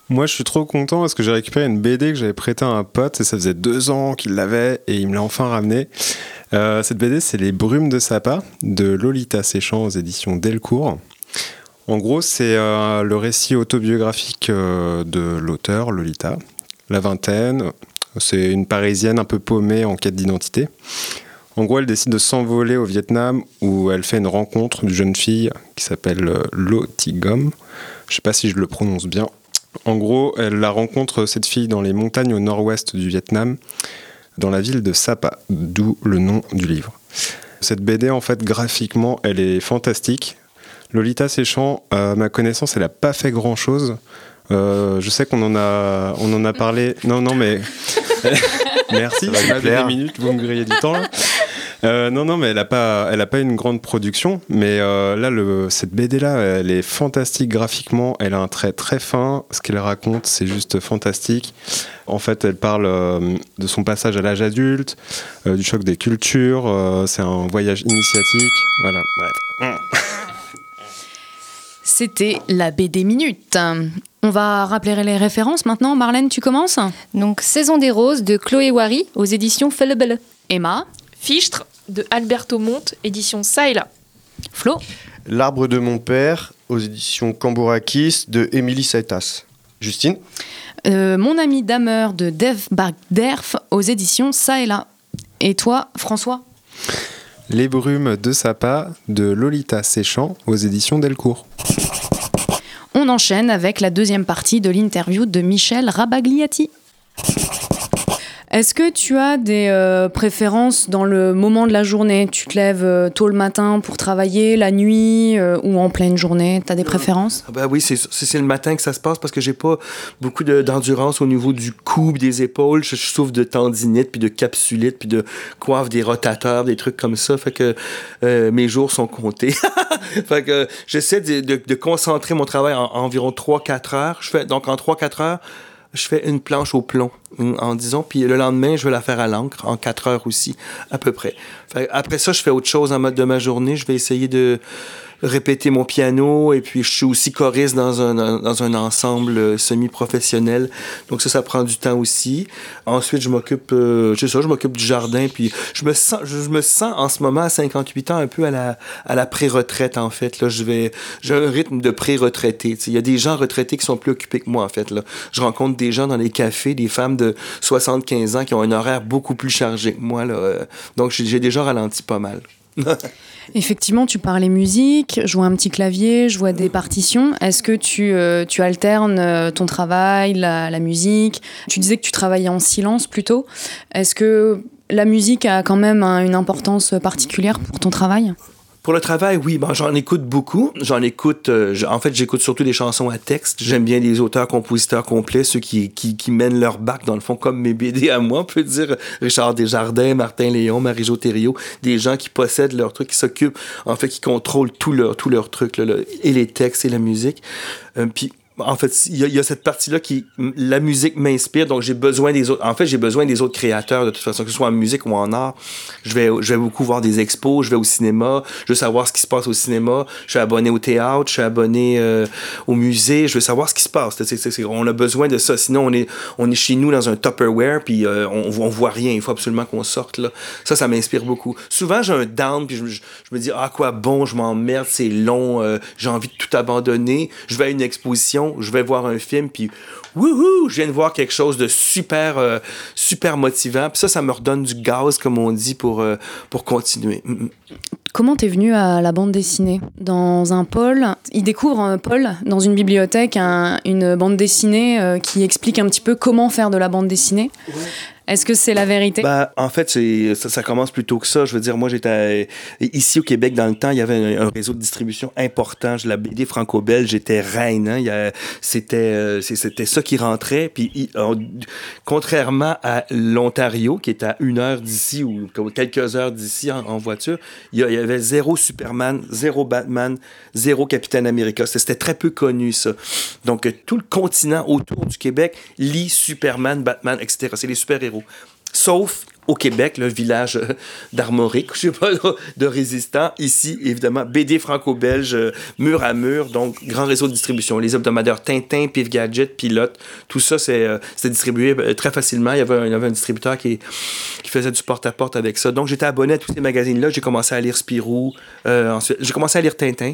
O: Moi, je suis trop content parce que j'ai récupéré une BD que j'avais prêtée à un pote et ça faisait 2 ans qu'il l'avait et il me l'a enfin ramenée. Cette BD, c'est Les Brumes de Sapa de Lolita Séchant aux éditions Delcourt. En gros, c'est le récit autobiographique de l'auteur, Lolita. La vingtaine, c'est une Parisienne un peu paumée en quête d'identité. En gros, elle décide de s'envoler au Vietnam où elle fait une rencontre d'une jeune fille qui s'appelle Lo Thi Gom. Je ne sais pas si je le prononce bien. En gros, elle la rencontre, cette fille, dans les montagnes au nord-ouest du Vietnam, dans la ville de Sapa, d'où le nom du livre. Cette BD, en fait, graphiquement, elle est fantastique. Lolita Séchant, à ma connaissance, elle n'a pas fait grand-chose. Je sais qu'on en a parlé... Non, mais... Merci, ça va 2 minutes, vous me grillez du temps, là. Non, mais elle a pas une grande production, mais là, cette BD-là, elle est fantastique graphiquement, elle a un trait très fin, ce qu'elle raconte, c'est juste fantastique. En fait, elle parle de son passage à l'âge adulte, du choc des cultures, c'est un voyage initiatique, voilà, bref.
G: C'était la BD Minute. On va rappeler les références maintenant. Marlène, tu commences ?
N: Donc, Saison des Roses de Chloé Wary aux éditions Fellebelle.
G: Emma ?
H: Fichtre de Alberto Monte, édition Ça et Là.
G: Flo ?
I: L'Arbre de mon père aux éditions Cambourakis de Émilie Saitas. Justine ?
G: Mon ami Damer de Dave Bagderf aux éditions Ça et Là. Et toi, François ?
O: Les Brumes de Sapa de Lolita Séchant aux éditions Delcourt.
G: On enchaîne avec la deuxième partie de l'interview de Michel Rabagliati. Est-ce que tu as des préférences dans le moment de la journée ? Tu te lèves tôt le matin pour travailler, la nuit ou en pleine journée ? Tu as des préférences ?
J: Oui, c'est le matin que ça se passe parce que j'ai pas beaucoup d'endurance au niveau du cou, des épaules. Je souffre de tendinite, puis de capsulite, puis de coiffe des rotateurs, des trucs comme ça. Fait que mes jours sont comptés. Fait que j'essaie de concentrer mon travail en environ 3-4 heures. Donc en 3-4 heures, je fais une planche au plomb, en disant, puis le lendemain, je vais la faire à l'encre, en 4 heures aussi, à peu près. Après ça, je fais autre chose en mode de ma journée. Je vais essayer de répéter mon piano, et puis je suis aussi choriste dans un ensemble semi-professionnel. Donc ça prend du temps aussi. Ensuite, je m'occupe du jardin, puis je me sens en ce moment, à 58 ans, un peu à la pré-retraite, en fait. Là, j'ai un rythme de pré-retraité. Il y a des gens retraités qui sont plus occupés que moi, en fait. Là. Je rencontre des gens dans les cafés, des femmes de 75 ans qui ont un horaire beaucoup plus chargé que moi, là. Donc j'ai déjà ralenti pas mal.
G: Effectivement, tu parlais musique, je vois un petit clavier, je vois des partitions. Est-ce que tu alternes ton travail, la musique ? Tu disais que tu travaillais en silence plutôt. Est-ce que la musique a quand même une importance particulière pour ton travail ?
J: Pour le travail, oui, j'en écoute beaucoup. En fait, j'écoute surtout des chansons à texte. J'aime bien les auteurs, compositeurs complets, ceux qui mènent leur bac, dans le fond, comme mes BD à moi, on peut dire. Richard Desjardins, Martin Léon, Marie-Jo Thériault, des gens qui possèdent leurs trucs, qui s'occupent, en fait, qui contrôlent tous leurs trucs, là, et les textes et la musique. Puis, en fait, il y a cette partie-là la musique m'inspire, donc j'ai besoin des autres. En fait, j'ai besoin des autres créateurs, de toute façon, que ce soit en musique ou en art. Je vais beaucoup voir des expos, je vais au cinéma, je veux savoir ce qui se passe au cinéma, je suis abonné au théâtre, je suis abonné au musée, je veux savoir ce qui se passe. On a besoin de ça, sinon on est chez nous dans un Tupperware, puis on voit rien, il faut absolument qu'on sorte, là. Ça m'inspire beaucoup. Souvent, j'ai un down, puis je me dis, quoi bon, je m'emmerde, c'est long, j'ai envie de tout abandonner, je vais à une exposition, je vais voir un film, puis wouhou, je viens de voir quelque chose de super motivant. Puis ça me redonne du gaz, comme on dit, pour continuer.
G: Comment t'es venu à la bande dessinée ? Dans un pôle, il découvre un pôle dans une bibliothèque, une bande dessinée qui explique un petit peu comment faire de la bande dessinée. Ouais. Est-ce que c'est la vérité?
J: En fait, ça commence plus tôt que ça. Je veux dire, moi, j'étais ici au Québec dans le temps, il y avait un réseau de distribution important. La BD franco-belge, j'étais reine. Hein. C'était ça qui rentrait. Puis, contrairement à l'Ontario, qui est à 1 heure d'ici ou quelques heures d'ici en voiture, il y avait 0 Superman, 0 Batman, 0 Capitaine America. C'était très peu connu, ça. Donc, tout le continent autour du Québec lit Superman, Batman, etc. C'est les super-héros. Sauf au Québec, le village d'Armorique, je sais pas, de résistants. Ici, évidemment, BD franco-belge, mur à mur, donc grand réseau de distribution. Les hebdomadaires Tintin, Pif Gadget, Pilote, tout ça, c'est distribué très facilement. Il y avait un distributeur qui faisait du porte-à-porte avec ça. Donc, j'étais abonné à tous ces magazines-là. J'ai commencé à lire Spirou. Ensuite, j'ai commencé à lire Tintin,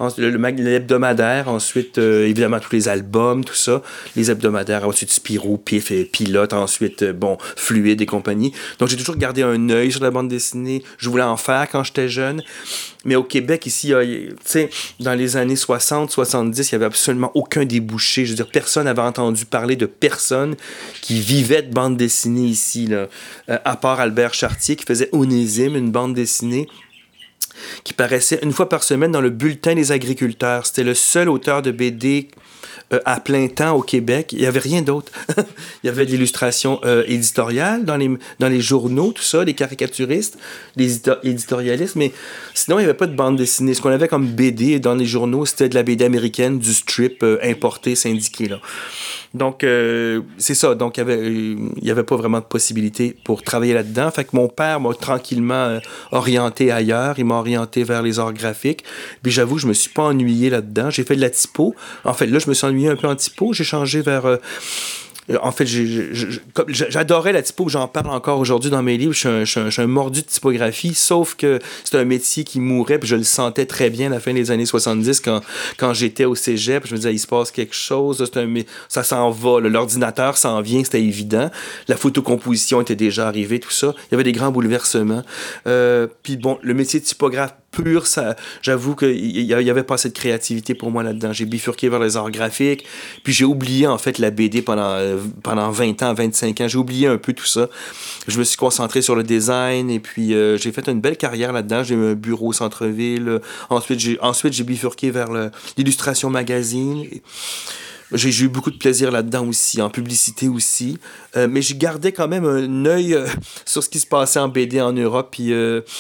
J: l'hebdomadaire. Ensuite, évidemment, tous les albums, tout ça. Les hebdomadaires, ensuite Spirou, Pif et Pilote. Ensuite, Fluide et compagnie. Donc, j'ai toujours gardé un œil sur la bande dessinée. Je voulais en faire quand j'étais jeune. Mais au Québec, ici, tu sais, dans les années 60, 70, il n'y avait absolument aucun débouché. Je veux dire, personne n'avait entendu parler de personne qui vivait de bande dessinée ici, là. À part Albert Chartier, qui faisait Onésime, une bande dessinée qui paraissait une fois par semaine dans le Bulletin des agriculteurs. C'était le seul auteur de BD à plein temps au Québec. Il n'y avait rien d'autre. Il y avait de l'illustration éditoriale dans les journaux, tout ça, les caricaturistes, les éditorialistes, mais sinon, il n'y avait pas de bande dessinée. Ce qu'on avait comme BD dans les journaux, c'était de la BD américaine, du strip importé, syndiqué, là. Donc, c'est ça. Donc, il y avait pas vraiment de possibilité pour travailler là-dedans. Fait que mon père m'a tranquillement orienté ailleurs. Il m'a orienté vers les arts graphiques. Puis j'avoue, je me suis pas ennuyé là-dedans. J'ai fait de la typo. En fait, là, je me suis ennuyé un peu en typo. J'ai changé vers... En fait, j'adorais la typo, j'en parle encore aujourd'hui dans mes livres. Je suis un mordu de typographie, sauf que c'est un métier qui mourait, puis je le sentais très bien à la fin des années 70 quand j'étais au cégep. Je me disais, il se passe quelque chose, ça s'en va, l'ordinateur s'en vient, c'était évident. La photocomposition était déjà arrivée, tout ça. Il y avait des grands bouleversements. Puis bon, le métier de typographe pur, ça, j'avoue qu'il y avait pas assez de créativité pour moi là-dedans. J'ai bifurqué vers les arts graphiques, puis j'ai oublié en fait la BD pendant 20 ans, 25 ans. J'ai oublié un peu tout ça. Je me suis concentré sur le design, et puis j'ai fait une belle carrière là-dedans. J'ai eu un bureau au centre-ville. Ensuite, j'ai bifurqué vers l'illustration magazine. J'ai eu beaucoup de plaisir là-dedans aussi, en publicité aussi. Mais j'ai gardé quand même un œil sur ce qui se passait en BD en Europe, puis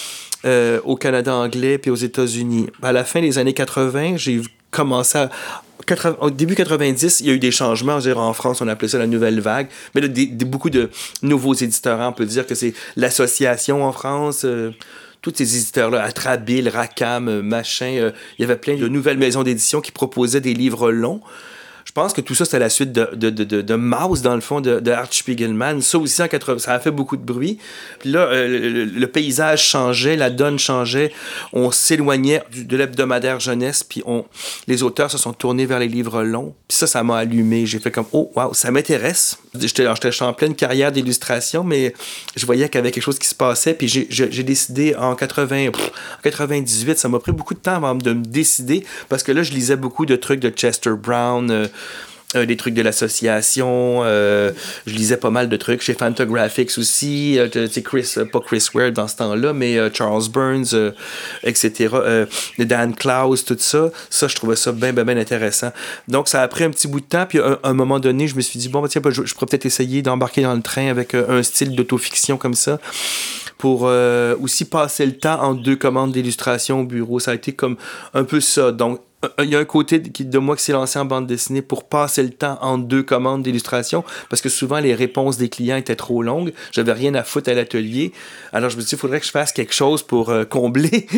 J: au Canada anglais, puis aux États-Unis. À la fin des années 80, j'ai commencé à... Au début 90, il y a eu des changements. En France, on appelait ça la nouvelle vague. Mais là, beaucoup de nouveaux éditeurs. On peut dire que c'est l'association en France... tous ces éditeurs-là, Atrabile, Rackham, machin, il y avait plein de nouvelles maisons d'édition qui proposaient des livres longs. Je pense que tout ça, c'était la suite de Maus, dans le fond, de Art Spiegelman. Ça aussi, en 80, ça a fait beaucoup de bruit. Puis là, le paysage changeait, la donne changeait. On s'éloignait de l'hebdomadaire jeunesse, puis les auteurs se sont tournés vers les livres longs. Puis ça m'a allumé. J'ai fait comme, oh, wow, ça m'intéresse. J'étais en pleine carrière d'illustration, mais je voyais qu'il y avait quelque chose qui se passait. Puis j'ai décidé en 98, ça m'a pris beaucoup de temps avant de me décider, parce que là, je lisais beaucoup de trucs de Chester Brown, des trucs de l'association, je lisais pas mal de trucs chez Fantagraphics aussi, pas Chris Ware dans ce temps-là, mais Charles Burns, etc., Dan Clowes, tout ça, je trouvais ça bien intéressant. Donc ça a pris un petit bout de temps, puis à un moment donné, je me suis dit, bon, tiens, je pourrais peut-être essayer d'embarquer dans le train avec un style d'autofiction comme ça, pour aussi passer le temps en 2 commandes d'illustration au bureau. Ça a été comme un peu ça. Donc, il y a un côté de moi qui s'est lancé en bande dessinée pour passer le temps en 2 commandes d'illustration, parce que souvent les réponses des clients étaient trop longues. J'avais rien à foutre à l'atelier. Alors je me suis dit, il faudrait que je fasse quelque chose pour combler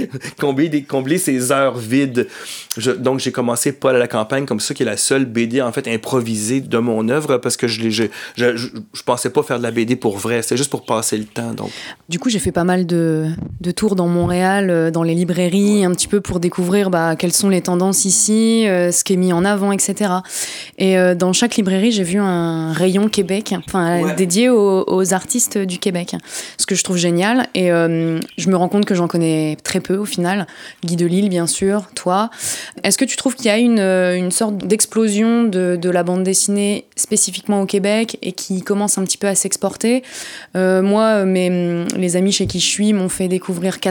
J: ces heures vides. Donc j'ai commencé Paul à la campagne, comme ça, qui est la seule BD en fait improvisée de mon œuvre, parce que je pensais pas faire de la BD pour vrai. C'était juste pour passer le temps. Donc.
G: Du coup, j'ai fait pas mal de tours dans Montréal, dans les librairies, un petit peu pour découvrir quelles sont les tendances ici, ce qui est mis en avant, etc. Et dans chaque librairie, j'ai vu un rayon Québec, dédié aux artistes du Québec, ce que je trouve génial. Et je me rends compte que j'en connais très peu au final. Guy Delisle, bien sûr, toi. Est-ce que tu trouves qu'il y a une sorte d'explosion de la bande dessinée spécifiquement au Québec et qui commence un petit peu à s'exporter? Moi, les amis chez qui je suis m'ont fait découvrir Caton.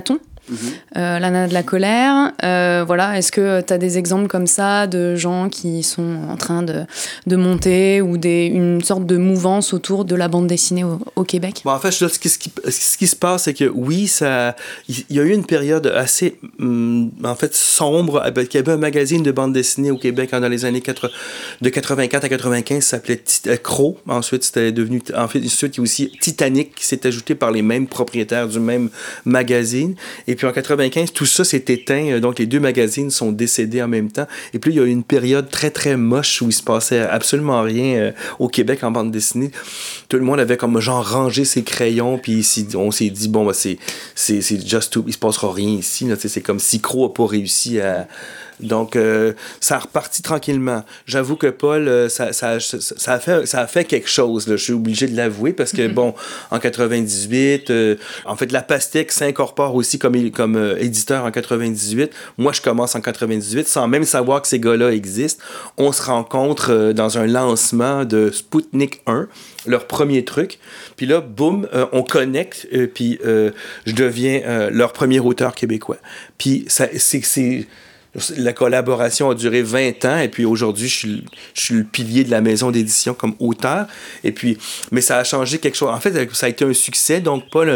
G: L'Anna de la colère. Voilà, est-ce que tu as des exemples comme ça de gens qui sont en train de monter ou une sorte de mouvance autour de la bande dessinée au Québec?
J: En fait, ce qui se passe, c'est que oui, il y a eu une période assez en fait sombre. Il y avait un magazine de bande dessinée au Québec dans les années de 84 à 95, ça s'appelait Crow. Ensuite, c'était devenu ensuite il y a aussi Titanic qui s'est ajouté par les mêmes propriétaires du même magazine. Et puis en 95, tout ça s'est éteint. Donc les deux magazines sont décédés en même temps. Et puis il y a eu une période très très moche où il se passait absolument rien au Québec en bande dessinée. Tout le monde avait comme genre rangé ses crayons, puis on s'est dit bon, c'est just too, il se passera rien ici. Là, c'est comme si Crow n'a pas réussi à. Donc, ça a reparti tranquillement. J'avoue que Paul, ça a fait quelque chose, là. Je suis obligé de l'avouer parce que, bon, en 98, en fait, La Pastèque s'incorpore aussi comme éditeur en 98. Moi, je commence en 98 sans même savoir que ces gars-là existent. On se rencontre dans un lancement de Spoutnik 1, leur premier truc. Puis là, boum, on connecte, puis je deviens leur premier auteur québécois. Puis la collaboration a duré 20 ans et puis aujourd'hui, je suis le pilier de la maison d'édition comme auteur. Et puis, mais ça a changé quelque chose. En fait, ça a été un succès, donc pas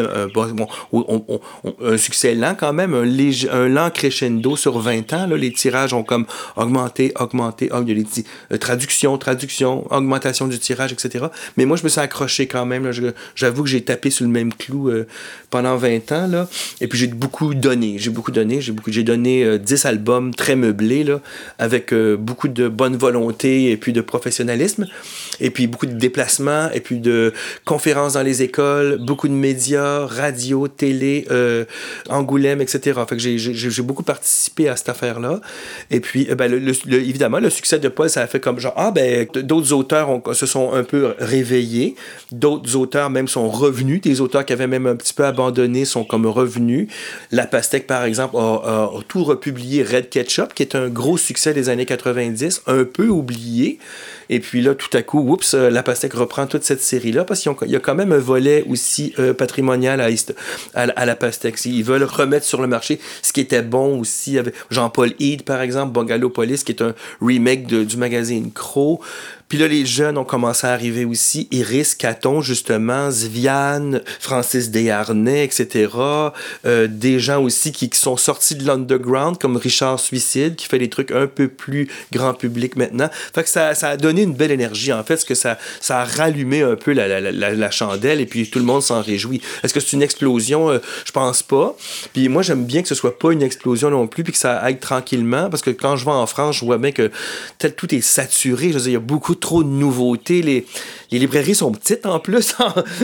J: un succès lent quand même, un lent crescendo sur 20 ans. Là, les tirages ont comme augmenté. Il y a des traductions, augmentation du tirage, etc. Mais moi, je me suis accroché quand même. Là. J'avoue que j'ai tapé sur le même clou pendant 20 ans. Là. Et puis, j'ai beaucoup donné. J'ai donné 10 albums très meublé, là, avec beaucoup de bonne volonté et puis de professionnalisme, et puis beaucoup de déplacements, et puis de conférences dans les écoles, beaucoup de médias, radio, télé, Angoulême, etc. Fait que j'ai beaucoup participé à cette affaire-là. Et puis, évidemment, le succès de Paul, ça a fait comme genre, d'autres auteurs se sont un peu réveillés, d'autres auteurs même sont revenus, des auteurs qui avaient même un petit peu abandonné sont comme revenus. La Pastèque, par exemple, a tout republié, Red Ketchup, qui est un gros succès des années 90, un peu oublié. Et puis là, tout à coup, oups, La Pastèque reprend toute cette série-là, parce qu'il y a quand même un volet aussi patrimonial à La Pastèque. Ils veulent remettre sur le marché ce qui était bon aussi, avec Jean-Paul Hyde, par exemple, Bungalopolis, qui est un remake du magazine Crow. Puis là, les jeunes ont commencé à arriver aussi. Iris Caton, justement, Zviane, Francis Desharnais, etc. Des gens aussi qui sont sortis de l'underground, comme Richard Suicide, qui fait des trucs un peu plus grand public maintenant. Fait que ça a donné une belle énergie, en fait, parce que ça a rallumé un peu la chandelle, et puis tout le monde s'en réjouit. Est-ce que c'est une explosion? Je pense pas. Puis moi, j'aime bien que ce soit pas une explosion non plus, puis que ça aille tranquillement, parce que quand je vais en France, je vois bien que tout est saturé. Je veux dire, il y a beaucoup trop de nouveautés. Les librairies sont petites en plus.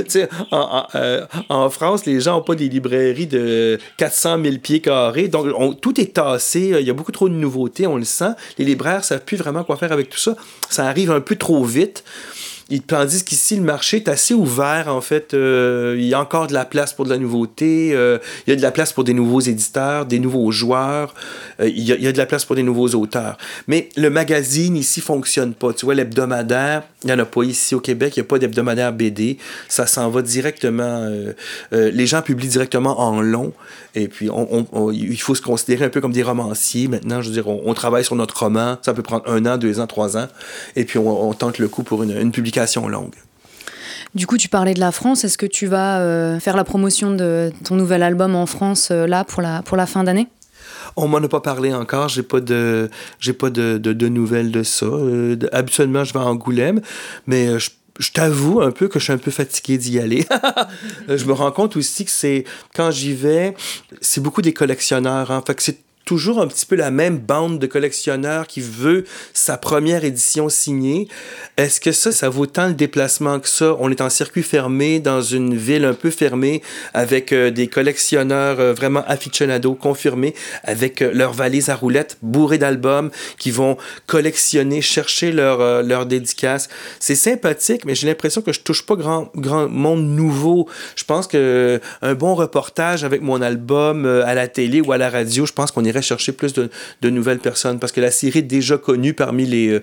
J: En France, les gens n'ont pas des librairies de 400 000 pieds carrés. Donc, tout est tassé. Il y a beaucoup trop de nouveautés, on le sent. Les libraires ne savent plus vraiment quoi faire avec tout ça. Ça arrive un peu trop vite. Tandis qu'ici, le marché est assez ouvert, en fait. Il y a encore de la place pour de la nouveauté. Il y a de la place pour des nouveaux éditeurs, des nouveaux joueurs. Il y a de la place pour des nouveaux auteurs. Mais le magazine, ici, fonctionne pas. Tu vois, l'hebdomadaire, il n'y en a pas ici au Québec. Il n'y a pas d'hebdomadaire BD. Ça s'en va directement... les gens publient directement en long. Et puis, il faut se considérer un peu comme des romanciers. Maintenant, je veux dire, on travaille sur notre roman. Ça peut prendre 1 an, 2 ans, 3 ans. Et puis, on tente le coup pour une publication longue.
G: Du coup, tu parlais de la France. Est-ce que tu vas faire la promotion de ton nouvel album en France là pour la fin d'année?
J: On m'en a pas parlé encore. J'ai pas de nouvelles de ça. Habituellement, je vais à Angoulême, mais je t'avoue un peu que je suis un peu fatigué d'y aller. Je me rends compte aussi que quand j'y vais, c'est beaucoup des collectionneurs. Hein. Fait que c'est toujours un petit peu la même bande de collectionneurs qui veut sa première édition signée. Est-ce que ça vaut tant le déplacement que ça? On est en circuit fermé, dans une ville un peu fermée, avec des collectionneurs vraiment aficionados, confirmés, avec leurs valises à roulettes bourrées d'albums, qui vont collectionner, chercher leur dédicace. C'est sympathique, mais j'ai l'impression que je touche pas grand monde nouveau. Je pense que un bon reportage avec mon album à la télé ou à la radio, je pense qu'on irait j'irais chercher plus de nouvelles personnes parce que la série est déjà connue parmi les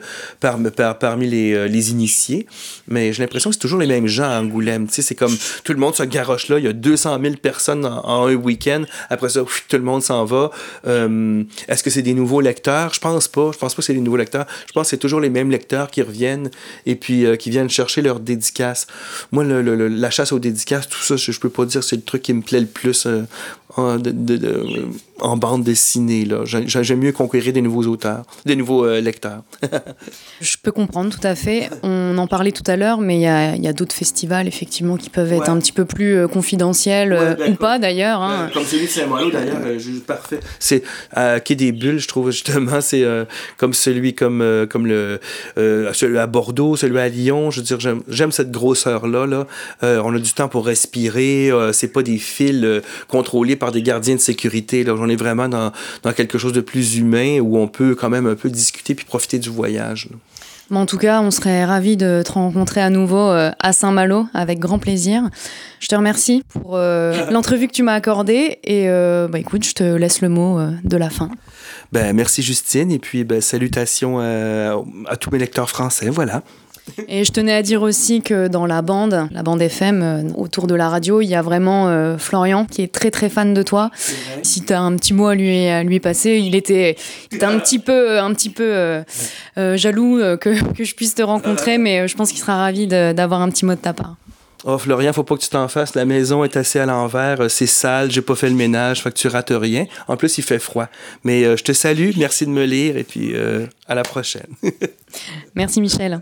J: initiés, mais j'ai l'impression que c'est toujours les mêmes gens à Angoulême. Tu sais, c'est comme tout le monde se garoche là, il y a 200 000 personnes en un week-end, après ça, tout le monde s'en va. Est-ce que c'est des nouveaux lecteurs? Je pense pas que c'est des nouveaux lecteurs. Je pense que c'est toujours les mêmes lecteurs qui reviennent et puis qui viennent chercher leurs dédicaces. Moi, la chasse aux dédicaces, tout ça, je peux pas dire que c'est le truc qui me plaît le plus en bande dessinée. Là. J'aime mieux conquérir des nouveaux auteurs, des nouveaux lecteurs.
G: Je peux comprendre tout à fait. On en parlait tout à l'heure, mais il y a d'autres festivals, effectivement, qui peuvent être un petit peu plus confidentiels, ou pas d'ailleurs. Hein.
J: Comme celui de Saint-Malo, d'ailleurs, parfait. C'est Quai des Bulles, je trouve, justement, c'est comme celui celui à Bordeaux, celui à Lyon. Je veux dire, j'aime cette grosseur-là. Là. On a du temps pour respirer. C'est pas des fils contrôlés par des gardiens de sécurité. Là. On est vraiment dans quelque chose de plus humain où on peut quand même un peu discuter puis profiter du voyage. Là.
G: Mais en tout cas, on serait ravis de te rencontrer à nouveau à Saint-Malo, avec grand plaisir. Je te remercie pour l'entrevue que tu m'as accordée et écoute, je te laisse le mot de la fin.
J: Merci Justine et puis salutations à tous mes lecteurs français, voilà.
G: Et je tenais à dire aussi que dans la bande FM, autour de la radio, il y a vraiment Florian qui est très très fan de toi. Si tu as un petit mot à lui passer, il était un petit peu jaloux que je puisse te rencontrer, mais je pense qu'il sera ravi d'avoir un petit mot de ta part.
J: Oh Florian, faut pas que tu t'en fasses, la maison est assez à l'envers, c'est sale, j'ai pas fait le ménage, fait que tu rates rien. En plus, il fait froid. Mais je te salue, merci de me lire et puis à la prochaine.
G: Merci Michel.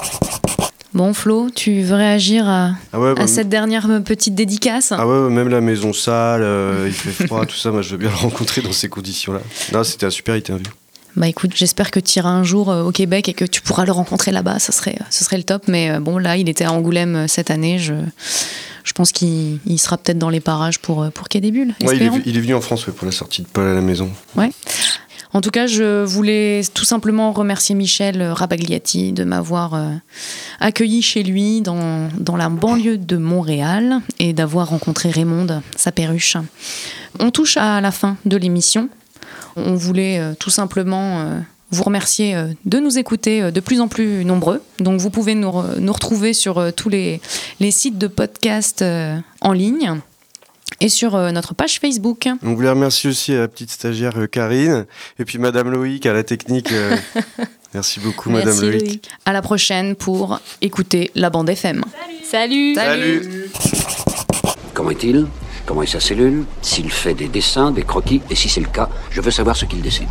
G: Bon Flo, tu veux réagir à cette dernière petite dédicace?
I: Ah ouais, même la maison sale, il fait froid, tout ça, moi je veux bien le rencontrer dans ces conditions-là. Non, c'était un super interview.
G: Écoute, j'espère que tu iras un jour au Québec et que tu pourras le rencontrer là-bas, ce serait le top. Mais bon, là, il était à Angoulême cette année, je pense qu'il sera peut-être dans les parages pour Quai des Bulles.
I: Ouais, il est venu en France pour la sortie de Paul à la maison.
G: Ouais. En tout cas, je voulais tout simplement remercier Michel Rabagliati de m'avoir accueilli chez lui dans la banlieue de Montréal et d'avoir rencontré Raymonde, sa perruche. On touche à la fin de l'émission. On voulait tout simplement vous remercier de nous écouter de plus en plus nombreux. Donc vous pouvez nous retrouver sur tous les sites de podcast en ligne et sur notre page Facebook.
I: On voulait remercier aussi la petite stagiaire Karine et puis Madame Loïc à la technique. Merci beaucoup Madame Loïc.
G: À la prochaine pour écouter la bande FM.
N: Salut.
A: Comment est-il? Comment est sa cellule? S'il fait des dessins, des croquis, et si c'est le cas, je veux savoir ce qu'il dessine.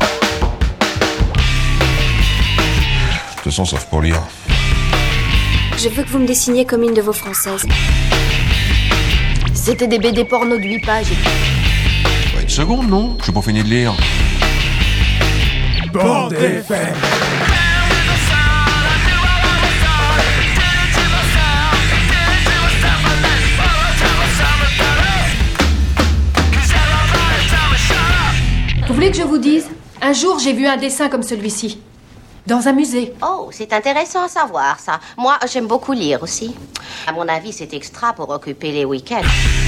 B: De toute façon, sauf pour lire.
C: Je veux que vous me dessiniez comme une de vos françaises.
D: C'était des BD porno de 8 pages.
B: Une seconde, non? J'ai pas fini de lire.
M: Bande FM.
F: Vous voulez que je vous dise? Un jour, j'ai vu un dessin comme celui-ci. Dans un musée.
D: Oh, c'est intéressant à savoir, ça. Moi, j'aime beaucoup lire aussi. À mon avis, c'est extra pour occuper les week-ends.